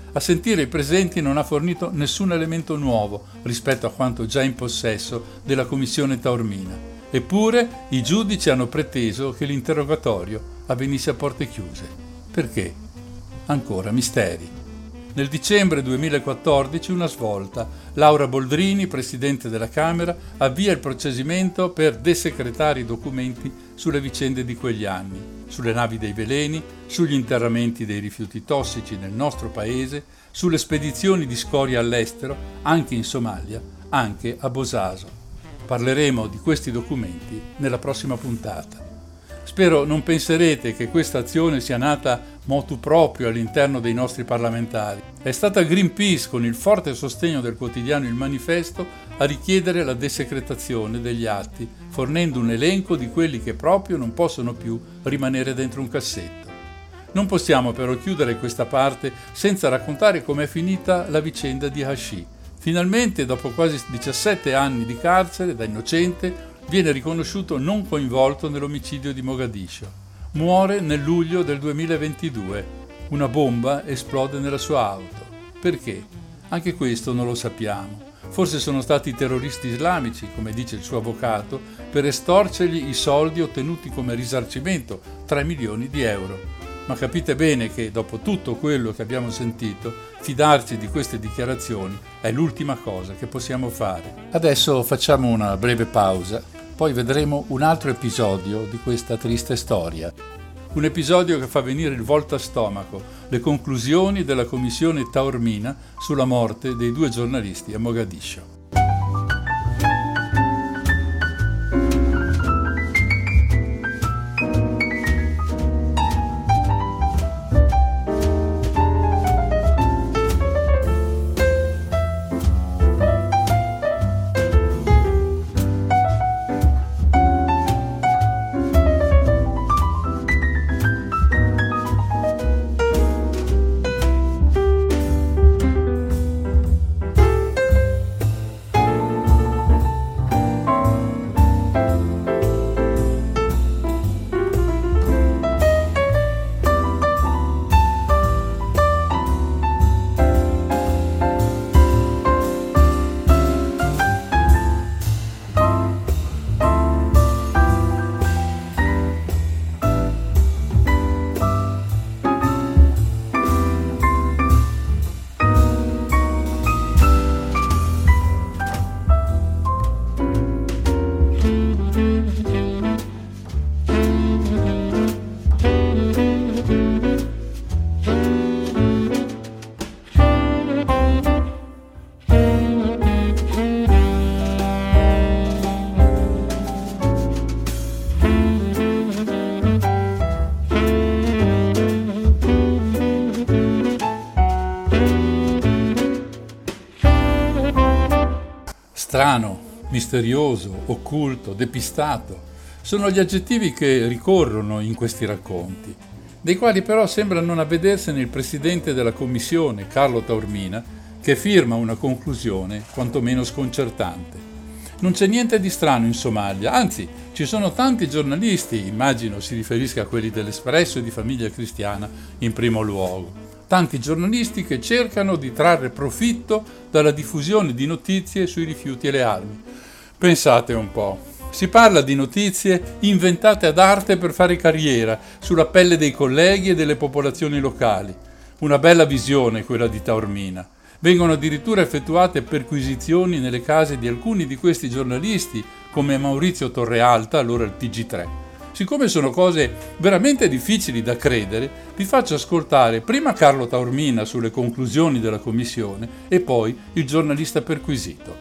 A sentire i presenti non ha fornito nessun elemento nuovo rispetto a quanto già in possesso della commissione Taormina. Eppure i giudici hanno preteso che l'interrogatorio avvenisse a porte chiuse. Perché? Ancora misteri. Nel dicembre 2014 una svolta. Laura Boldrini, presidente della Camera, avvia il procedimento per desecretare i documenti sulle vicende di quegli anni, sulle navi dei veleni, sugli interramenti dei rifiuti tossici nel nostro paese, sulle spedizioni di scoria all'estero, anche in Somalia, anche a Bosaso. Parleremo di questi documenti nella prossima puntata. Spero non penserete che questa azione sia nata motu proprio all'interno dei nostri parlamentari. È stata Greenpeace, con il forte sostegno del quotidiano Il Manifesto, a richiedere la desecretazione degli atti, fornendo un elenco di quelli che proprio non possono più rimanere dentro un cassetto. Non possiamo però chiudere questa parte senza raccontare com'è finita la vicenda di Hashi. Finalmente, dopo quasi 17 anni di carcere, da innocente, viene riconosciuto non coinvolto nell'omicidio di Mogadiscio. Muore nel luglio del 2022. Una bomba esplode nella sua auto. Perché? Anche questo non lo sappiamo. Forse sono stati i terroristi islamici, come dice il suo avvocato, per estorcergli i soldi ottenuti come risarcimento, 3 milioni di euro. Ma capite bene che, dopo tutto quello che abbiamo sentito, fidarci di queste dichiarazioni è l'ultima cosa che possiamo fare. Adesso facciamo una breve pausa, poi vedremo un altro episodio di questa triste storia. Un episodio che fa venire il volto a stomaco, le conclusioni della commissione Taormina sulla morte dei 2 giornalisti a Mogadiscio. Strano, misterioso, occulto, depistato sono gli aggettivi che ricorrono in questi racconti, dei quali però sembra non avvedersene il presidente della commissione, Carlo Taormina, che firma una conclusione quantomeno sconcertante. Non c'è niente di strano in Somalia, anzi ci sono tanti giornalisti, immagino si riferisca a quelli dell'Espresso e di Famiglia Cristiana in primo luogo. Tanti giornalisti che cercano di trarre profitto dalla diffusione di notizie sui rifiuti e le armi. Pensate un po', si parla di notizie inventate ad arte per fare carriera sulla pelle dei colleghi e delle popolazioni locali. Una bella visione quella di Taormina. Vengono addirittura effettuate perquisizioni nelle case di alcuni di questi giornalisti, come Maurizio Torrealta, allora il TG3. Siccome sono cose veramente difficili da credere, vi faccio ascoltare prima Carlo Taormina sulle conclusioni della commissione e poi il giornalista perquisito.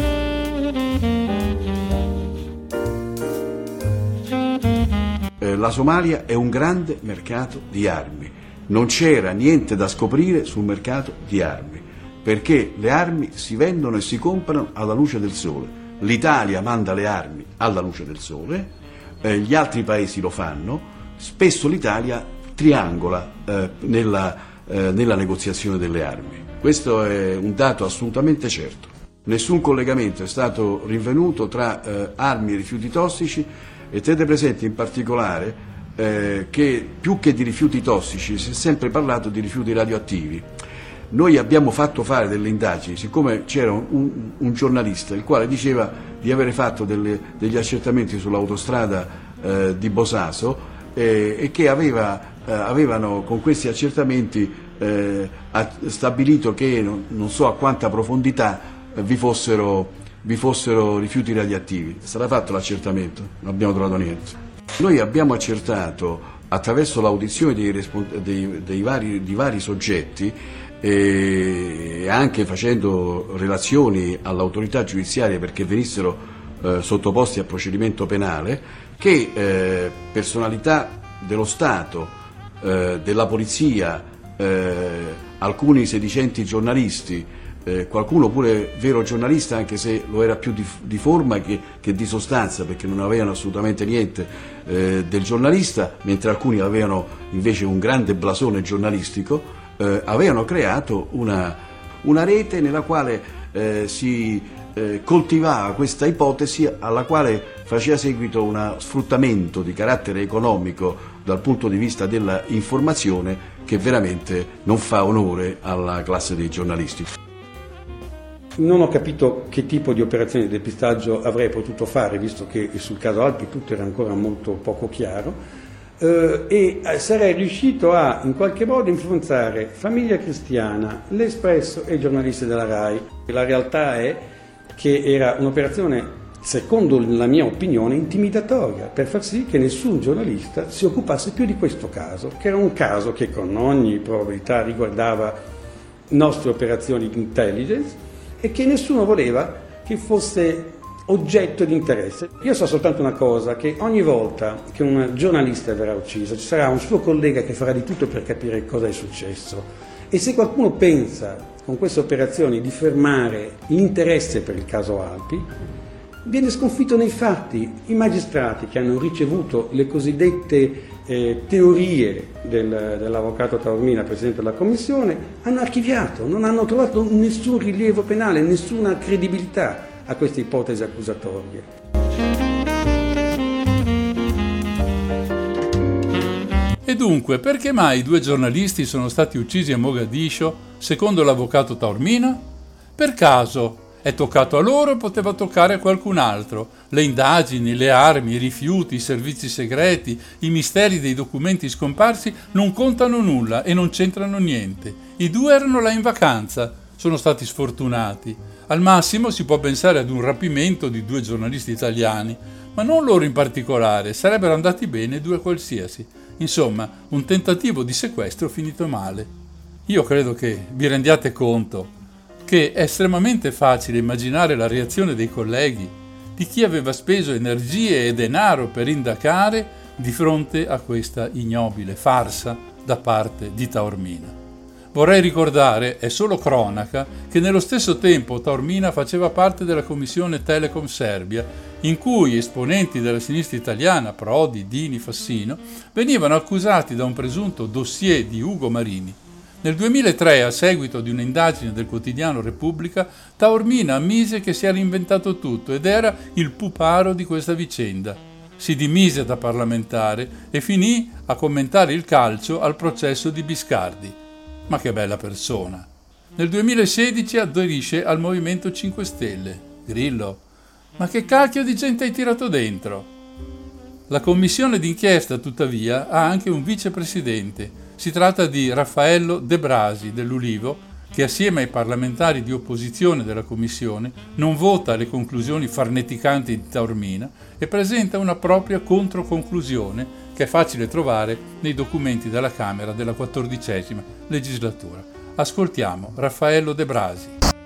La Somalia è un grande mercato di armi. Non c'era niente da scoprire sul mercato di armi, perché le armi si vendono e si comprano alla luce del sole. L'Italia manda le armi alla luce del sole, gli altri paesi lo fanno, spesso l'Italia triangola nella negoziazione delle armi. Questo è un dato assolutamente certo. Nessun collegamento è stato rinvenuto tra armi e rifiuti tossici, e tenete presente in particolare che più che di rifiuti tossici si è sempre parlato di rifiuti radioattivi. noi abbiamo fatto fare delle indagini, siccome c'era un giornalista il quale diceva di avere fatto degli accertamenti sull'autostrada di Bosaso e che avevano con questi accertamenti stabilito che non so a quanta profondità vi fossero rifiuti radioattivi. È stato fatto l'accertamento, non abbiamo trovato niente. Noi abbiamo accertato attraverso l'audizione di vari soggetti e anche facendo relazioni all'autorità giudiziaria perché venissero sottoposti a procedimento penale, che personalità dello Stato, della polizia, alcuni sedicenti giornalisti, qualcuno pure vero giornalista anche se lo era più di forma che di sostanza, perché non avevano assolutamente niente del giornalista, mentre alcuni avevano invece un grande blasone giornalistico, avevano creato una rete nella quale si coltivava questa ipotesi alla quale faceva seguito uno sfruttamento di carattere economico dal punto di vista della informazione che veramente non fa onore alla classe dei giornalisti. Non ho capito che tipo di operazione di depistaggio avrei potuto fare, visto che sul caso Alpi tutto era ancora molto poco chiaro, e sarei riuscito a in qualche modo influenzare Famiglia Cristiana, L'Espresso e i giornalisti della RAI. La realtà è che era un'operazione, secondo la mia opinione, intimidatoria, per far sì che nessun giornalista si occupasse più di questo caso, che era un caso che con ogni probabilità riguardava nostre operazioni di intelligence e che nessuno voleva che fosse oggetto di interesse. Io so soltanto una cosa, che ogni volta che un giornalista verrà ucciso ci sarà un suo collega che farà di tutto per capire cosa è successo, e se qualcuno pensa con queste operazioni di fermare l'interesse per il caso Alpi, viene sconfitto nei fatti. I magistrati che hanno ricevuto le cosiddette teorie dell'avvocato Taormina, presidente della commissione, hanno archiviato, non hanno trovato nessun rilievo penale, nessuna credibilità a queste ipotesi accusatorie. E dunque, perché mai 2 giornalisti sono stati uccisi a Mogadiscio, secondo l'avvocato Taormina? Per caso? È toccato a loro o poteva toccare a qualcun altro? Le indagini, le armi, i rifiuti, i servizi segreti, i misteri dei documenti scomparsi non contano nulla e non c'entrano niente. I 2 erano là in vacanza, sono stati sfortunati. Al massimo si può pensare ad un rapimento di 2 giornalisti italiani, ma non loro in particolare, sarebbero andati bene 2 qualsiasi. Insomma, un tentativo di sequestro finito male. Io credo che vi rendiate conto che è estremamente facile immaginare la reazione dei colleghi, di chi aveva speso energie e denaro per indagare di fronte a questa ignobile farsa da parte di Taormina. Vorrei ricordare, è solo cronaca, che nello stesso tempo Taormina faceva parte della commissione Telecom Serbia, in cui esponenti della sinistra italiana, Prodi, Dini, Fassino, venivano accusati da un presunto dossier di Ugo Marini. Nel 2003, a seguito di un'indagine del quotidiano Repubblica, Taormina ammise che si era inventato tutto ed era il puparo di questa vicenda. Si dimise da parlamentare e finì a commentare il calcio al processo di Biscardi. Ma che bella persona! Nel 2016 aderisce al Movimento 5 Stelle. Grillo, ma che cacchio di gente hai tirato dentro? La commissione d'inchiesta, tuttavia, ha anche un vicepresidente. Si tratta di Raffaello De Brasi dell'Ulivo, che assieme ai parlamentari di opposizione della commissione non vota le conclusioni farneticanti di Taormina e presenta una propria controconclusione che è facile trovare nei documenti della Camera della 14ª legislatura. Ascoltiamo Raffaello De Brasi.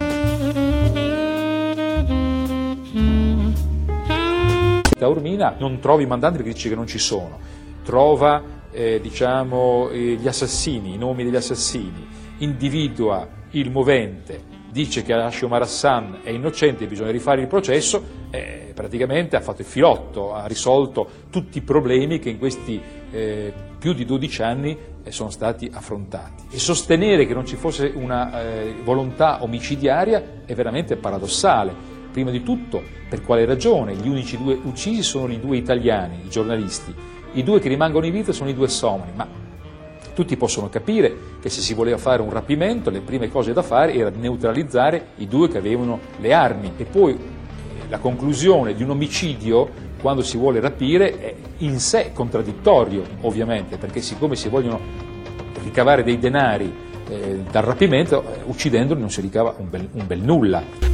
Taormina non trova i mandanti perché dice che non ci sono, trova gli assassini, i nomi degli assassini, individua il movente, dice che Hashi Omar Hassan è innocente e bisogna rifare il processo, praticamente ha fatto il filotto, ha risolto tutti i problemi che in questi più di 12 anni sono stati affrontati. E sostenere che non ci fosse una volontà omicidiaria è veramente paradossale. Prima di tutto, per quale ragione? Gli unici 2 uccisi sono i 2 italiani, i giornalisti. I 2 che rimangono in vita sono i 2 somali, ma Tutti possono capire che se si voleva fare un rapimento, le prime cose da fare era neutralizzare i due che avevano le armi, e poi la conclusione di un omicidio quando si vuole rapire è in sé contraddittorio, ovviamente, perché siccome si vogliono ricavare dei denari dal rapimento, uccidendoli non si ricava un bel nulla.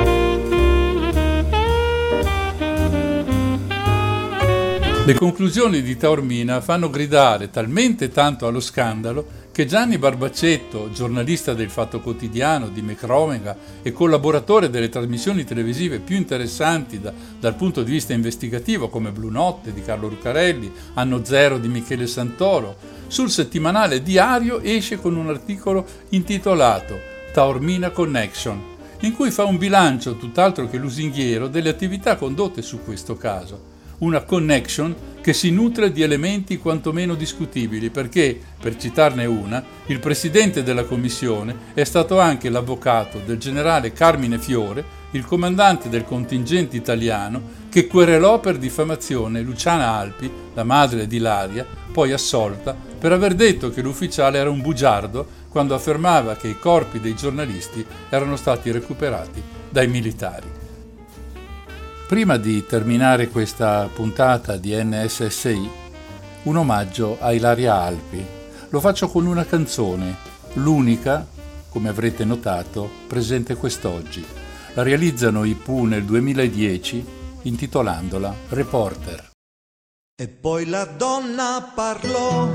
Le conclusioni di Taormina fanno gridare talmente tanto allo scandalo che Gianni Barbacetto, giornalista del Fatto Quotidiano, di Mecromega e collaboratore delle trasmissioni televisive più interessanti dal punto di vista investigativo come Blu Notte di Carlo Lucarelli, Anno Zero di Michele Santoro, sul settimanale Diario esce con un articolo intitolato Taormina Connection, in cui fa un bilancio tutt'altro che lusinghiero delle attività condotte su questo caso. Una connection che si nutre di elementi quantomeno discutibili perché, per citarne una, il presidente della commissione è stato anche l'avvocato del generale Carmine Fiore, il comandante del contingente italiano che querelò per diffamazione Luciana Alpi, la madre di Ilaria, poi assolta per aver detto che l'ufficiale era un bugiardo quando affermava che i corpi dei giornalisti erano stati recuperati dai militari. Prima di terminare questa puntata di NSSI, un omaggio a Ilaria Alpi. Lo faccio con una canzone, l'unica, come avrete notato, presente quest'oggi. La realizzano i Pooh nel 2010, intitolandola Reporter. E poi la donna parlò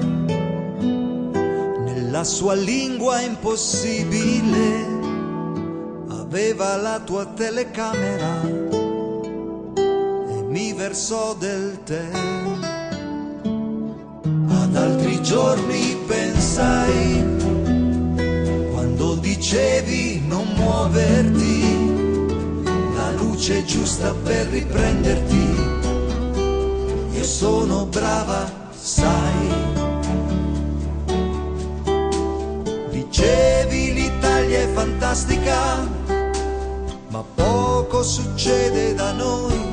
nella sua lingua impossibile, aveva la tua telecamera, mi versò del tè. Ad altri giorni pensai, quando dicevi non muoverti, la luce giusta per riprenderti. Io sono brava, sai. Dicevi l'Italia è fantastica, ma poco succede da noi.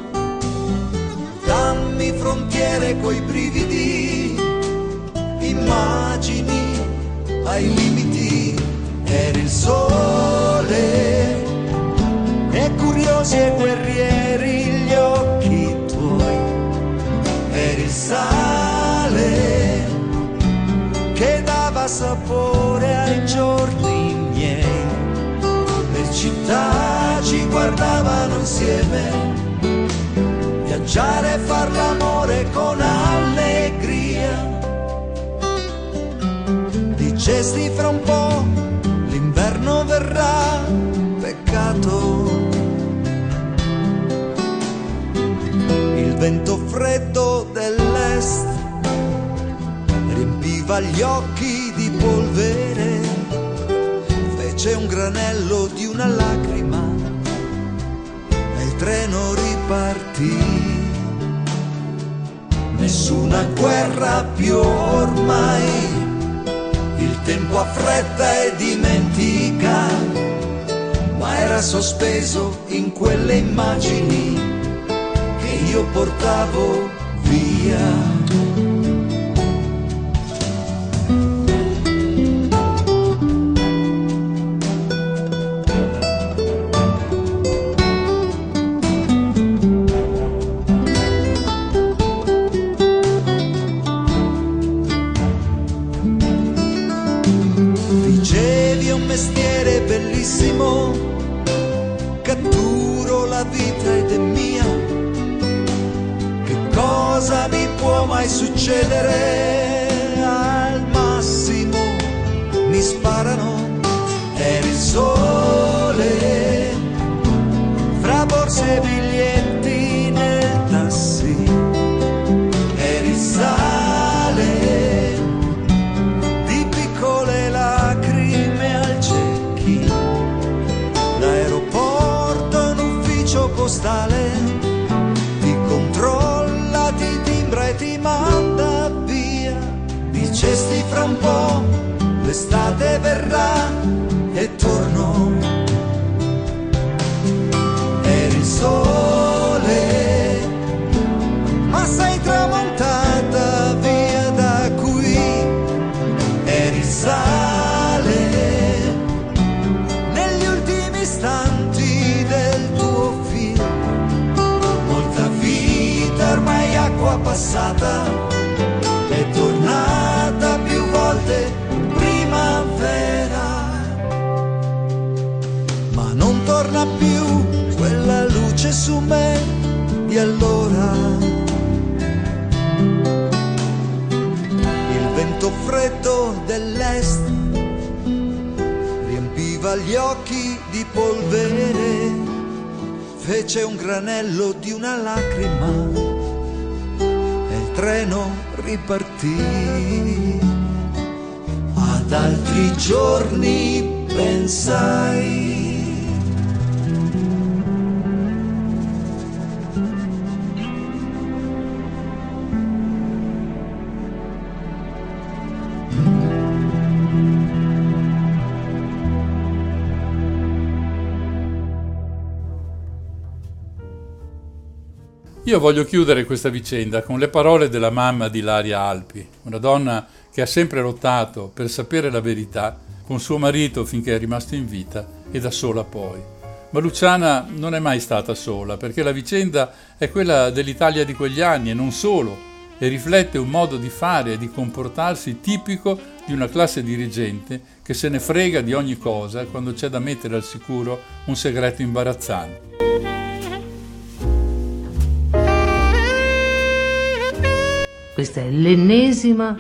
Dammi frontiere coi brividi, immagini ai limiti. Eri il sole e curiosi e guerrieri gli occhi tuoi. Eri il sale che dava sapore ai giorni miei. Le città ci guardavano insieme, viaggiare e far l'amore con allegria. Dicesti fra un po' l'inverno verrà, peccato. Il vento freddo dell'est riempiva gli occhi di polvere, fece un granello di una lacrima e il treno ripartì. Nessuna guerra più ormai, il tempo affretta e dimentica, ma era sospeso in quelle immagini che io portavo via. Catturo la vita ed è mia. Che cosa mi può mai succedere? Al massimo mi sparano. Eri il sole fra borse e biglietti nel taxi. Eri il sale di piccole lacrime al check-in. L'aeroporto è un ufficio postale, ti controlla, ti timbra e ti manda via. Dicesti fra un po' l'estate verrà e torno. Eri il sole, ma sei tramontata via da qui. l'acqua passata è tornata più volte primavera, ma non torna più quella luce su me di allora. Il vento freddo dell'est riempiva gli occhi di polvere, fece un granello di una lacrima e il treno ripartì. Ad altri giorni pensai. Io voglio chiudere questa vicenda con le parole della mamma di Ilaria Alpi, una donna che ha sempre lottato per sapere la verità con suo marito finché è rimasto in vita e da sola poi. Ma Luciana non è mai stata sola, perché la vicenda è quella dell'Italia di quegli anni e non solo, e riflette un modo di fare e di comportarsi tipico di una classe dirigente che se ne frega di ogni cosa quando c'è da mettere al sicuro un segreto imbarazzante. Questo è l'ennesimo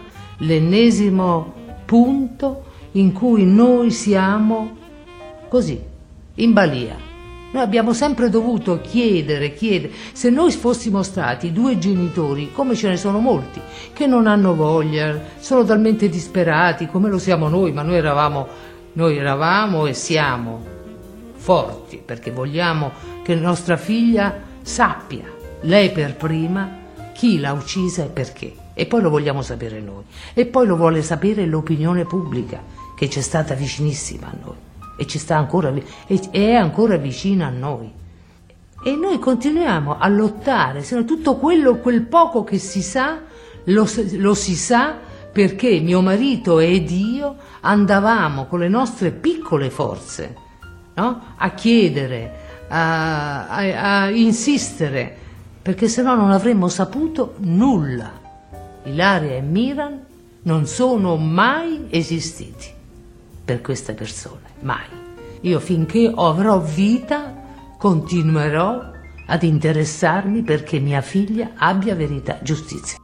punto in cui noi siamo così, in balia. Noi abbiamo sempre dovuto chiedere. Se noi fossimo stati due genitori, come ce ne sono molti, che non hanno voglia, sono talmente disperati come lo siamo noi, ma noi eravamo e siamo forti, perché vogliamo che nostra figlia sappia, lei per prima, chi l'ha uccisa e perché, e poi lo vogliamo sapere noi, e poi lo vuole sapere l'opinione pubblica che c'è stata vicinissima a noi e ci sta ancora e è ancora vicina a noi, e noi continuiamo a lottare. Se tutto quel poco che si sa lo si sa perché mio marito ed io andavamo con le nostre piccole forze, no? A chiedere, a insistere, perché se no non avremmo saputo nulla. Ilaria e Miran non sono mai esistiti per queste persone, mai. Io finché avrò vita continuerò ad interessarmi perché mia figlia abbia verità, giustizia.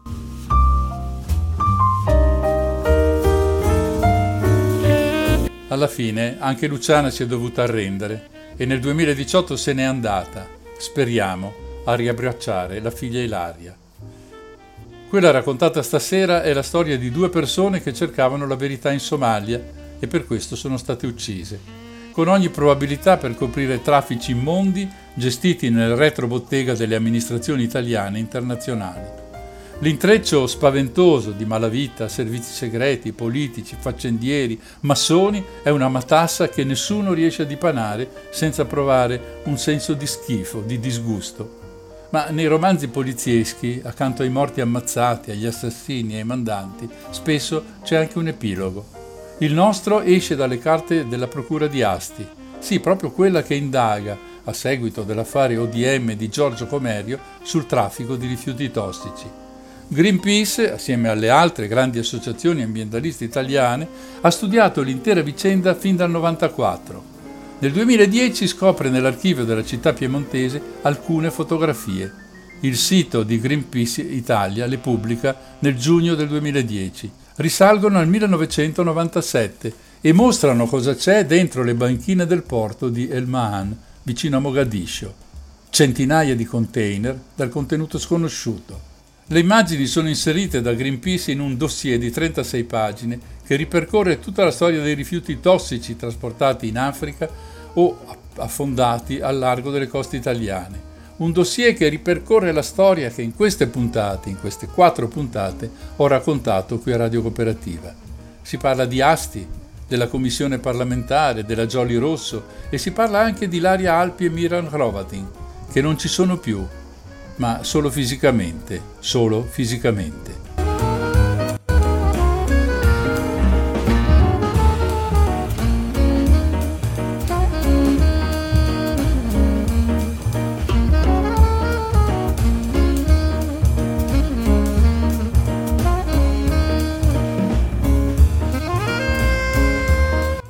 Alla fine anche Luciana si è dovuta arrendere e nel 2018 se n'è andata, speriamo, a riabbracciare la figlia Ilaria. Quella raccontata stasera è la storia di due persone che cercavano la verità in Somalia e per questo sono state uccise, con ogni probabilità per coprire traffici immondi gestiti nel retrobottega delle amministrazioni italiane e internazionali. L'intreccio spaventoso di malavita, servizi segreti, politici, faccendieri, massoni è una matassa che nessuno riesce a dipanare senza provare un senso di schifo, di disgusto. Ma nei romanzi polizieschi, accanto ai morti ammazzati, agli assassini e ai mandanti, spesso c'è anche un epilogo. Il nostro esce dalle carte della procura di Asti, sì, proprio quella che indaga, a seguito dell'affare ODM di Giorgio Comerio, sul traffico di rifiuti tossici. Greenpeace, assieme alle altre grandi associazioni ambientaliste italiane, ha studiato l'intera vicenda fin dal 1994. Nel 2010 scopre nell'archivio della città piemontese alcune fotografie. Il sito di Greenpeace Italia le pubblica nel giugno del 2010. Risalgono al 1997 e mostrano cosa c'è dentro le banchine del porto di El Mahan, vicino a Mogadiscio. Centinaia di container dal contenuto sconosciuto. Le immagini sono inserite da Greenpeace in un dossier di 36 pagine che ripercorre tutta la storia dei rifiuti tossici trasportati in Africa o affondati al largo delle coste italiane. Un dossier che ripercorre la storia che in queste 4 puntate, ho raccontato qui a Radio Cooperativa. Si parla di Asti, della commissione parlamentare, della Gioli Rosso e si parla anche di Ilaria Alpi e Miran Hrovatin, che non ci sono più, ma solo fisicamente.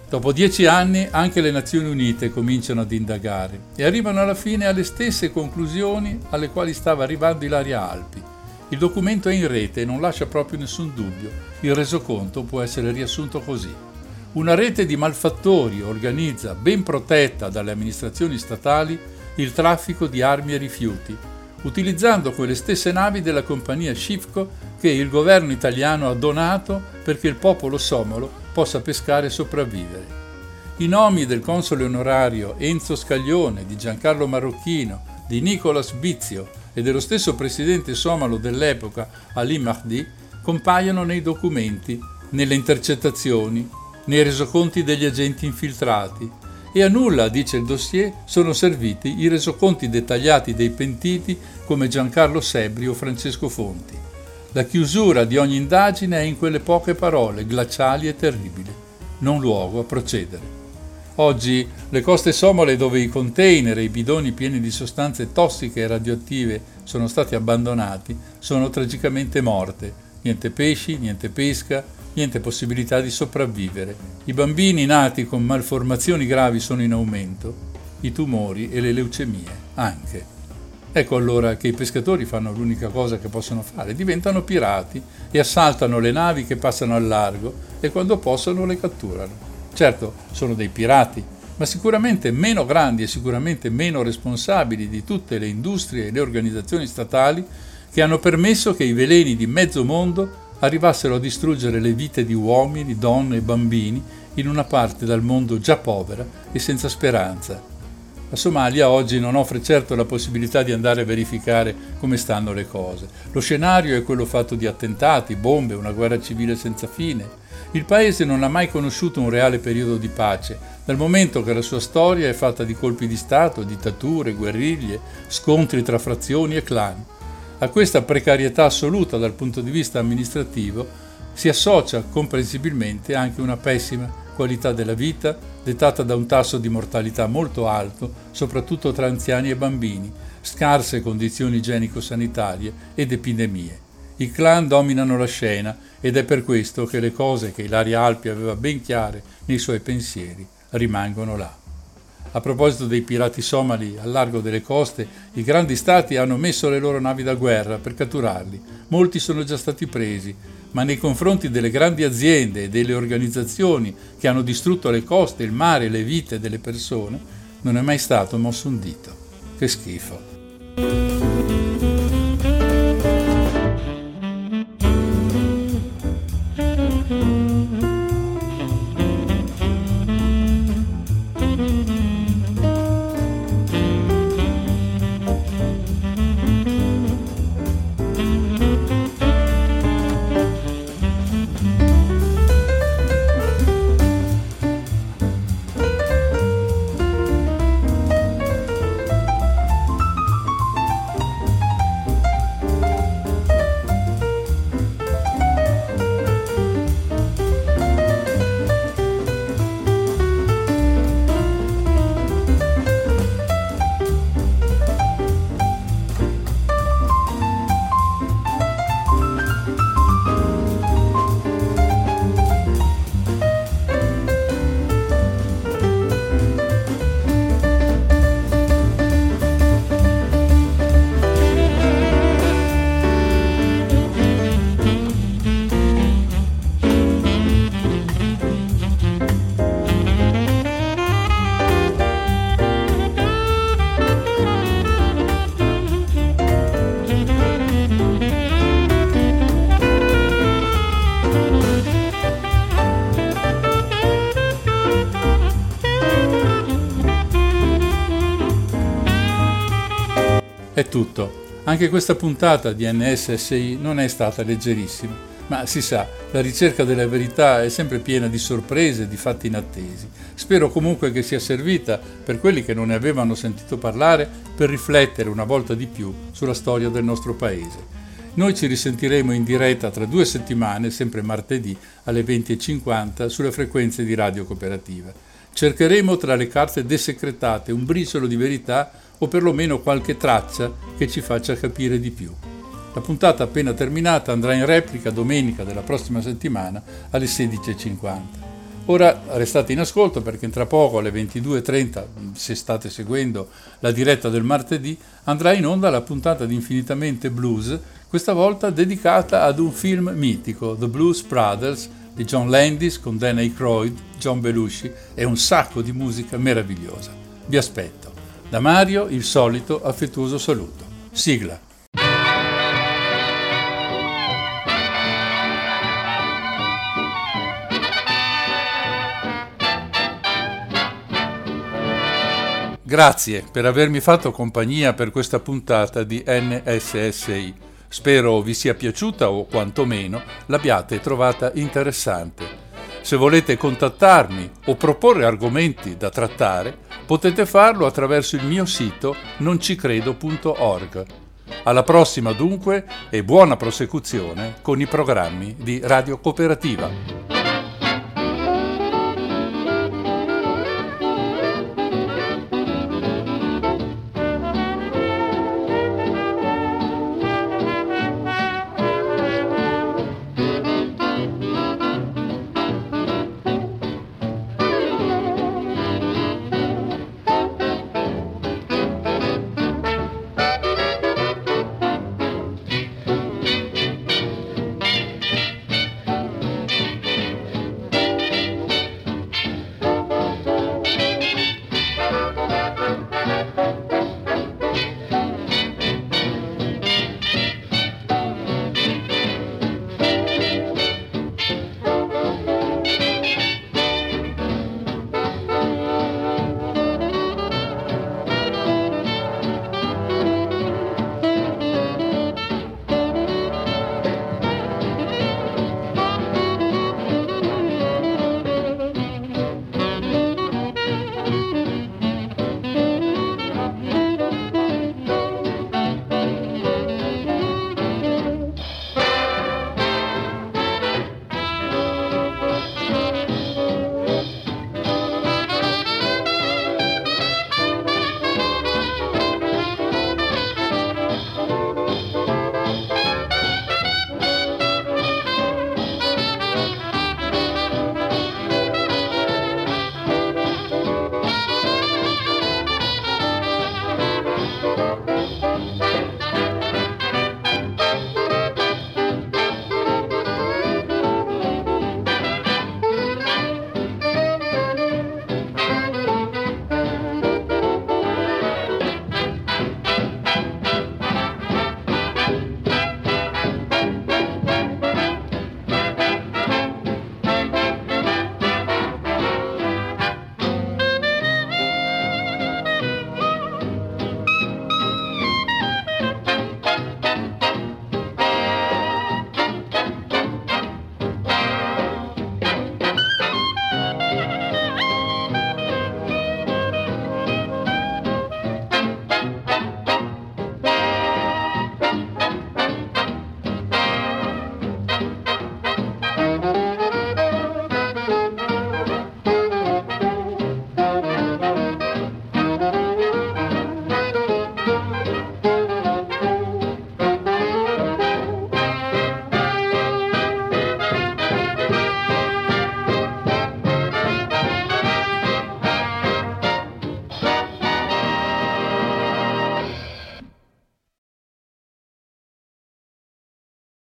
Dopo 10 anni anche le Nazioni Unite cominciano ad indagare e arrivano alla fine alle stesse conclusioni alle quali stava arrivando Ilaria Alpi. Il documento è in rete e non lascia proprio nessun dubbio. Il resoconto può essere riassunto così. Una rete di malfattori organizza, ben protetta dalle amministrazioni statali, il traffico di armi e rifiuti, utilizzando quelle stesse navi della compagnia Shifco che il governo italiano ha donato perché il popolo somalo possa pescare e sopravvivere. I nomi del console onorario Enzo Scaglione, di Giancarlo Marocchino, di Nicolas Bizio e dello stesso presidente somalo dell'epoca Ali Mahdi compaiono nei documenti, nelle intercettazioni, nei resoconti degli agenti infiltrati, e a nulla, dice il dossier, sono serviti i resoconti dettagliati dei pentiti come Giancarlo Sebri o Francesco Fonti. La chiusura di ogni indagine è in quelle poche parole, glaciali e terribili: non luogo a procedere. Oggi le coste somale, dove i container e i bidoni pieni di sostanze tossiche e radioattive sono stati abbandonati, sono tragicamente morte. Niente pesci, niente pesca, niente possibilità di sopravvivere. I bambini nati con malformazioni gravi sono in aumento, i tumori e le leucemie anche. Ecco allora che i pescatori fanno l'unica cosa che possono fare: diventano pirati e assaltano le navi che passano al largo e quando possono le catturano. Certo, sono dei pirati, ma sicuramente meno grandi e sicuramente meno responsabili di tutte le industrie e le organizzazioni statali che hanno permesso che i veleni di mezzo mondo arrivassero a distruggere le vite di uomini, donne e bambini in una parte del mondo già povera e senza speranza. La Somalia oggi non offre certo la possibilità di andare a verificare come stanno le cose. Lo scenario è quello fatto di attentati, bombe, una guerra civile senza fine. Il paese non ha mai conosciuto un reale periodo di pace, dal momento che la sua storia è fatta di colpi di Stato, dittature, guerriglie, scontri tra frazioni e clan. A questa precarietà assoluta dal punto di vista amministrativo si associa comprensibilmente anche una pessima qualità della vita, dettata da un tasso di mortalità molto alto, soprattutto tra anziani e bambini, scarse condizioni igienico-sanitarie ed epidemie. I clan dominano la scena ed è per questo che le cose che Ilaria Alpi aveva ben chiare nei suoi pensieri rimangono là. A proposito dei pirati somali al largo delle coste, i grandi stati hanno messo le loro navi da guerra per catturarli. Molti sono già stati presi, ma nei confronti delle grandi aziende e delle organizzazioni che hanno distrutto le coste, il mare e le vite delle persone non è mai stato mosso un dito. Che schifo. È tutto. Anche questa puntata di NSSI non è stata leggerissima, ma si sa, la ricerca della verità è sempre piena di sorprese e di fatti inattesi. Spero comunque che sia servita, per quelli che non ne avevano sentito parlare, per riflettere una volta di più sulla storia del nostro paese. Noi ci risentiremo in diretta tra 2 settimane, sempre martedì, alle 20:50, sulle frequenze di Radio Cooperativa. Cercheremo tra le carte desecretate un briciolo di verità o perlomeno qualche traccia che ci faccia capire di più. La puntata appena terminata andrà in replica domenica della prossima settimana alle 16:50. Ora restate in ascolto perché tra poco alle 22:30, se state seguendo la diretta del martedì, andrà in onda la puntata di Infinitamente Blues, questa volta dedicata ad un film mitico, The Blues Brothers, di John Landis con Dan Aykroyd, John Belushi e un sacco di musica meravigliosa. Vi aspetto. Da Mario il solito affettuoso saluto. Sigla. Grazie per avermi fatto compagnia per questa puntata di NSSI. Spero vi sia piaciuta o quantomeno l'abbiate trovata interessante. Se volete contattarmi o proporre argomenti da trattare, potete farlo attraverso il mio sito noncicredo.org. Alla prossima dunque e buona prosecuzione con i programmi di Radio Cooperativa.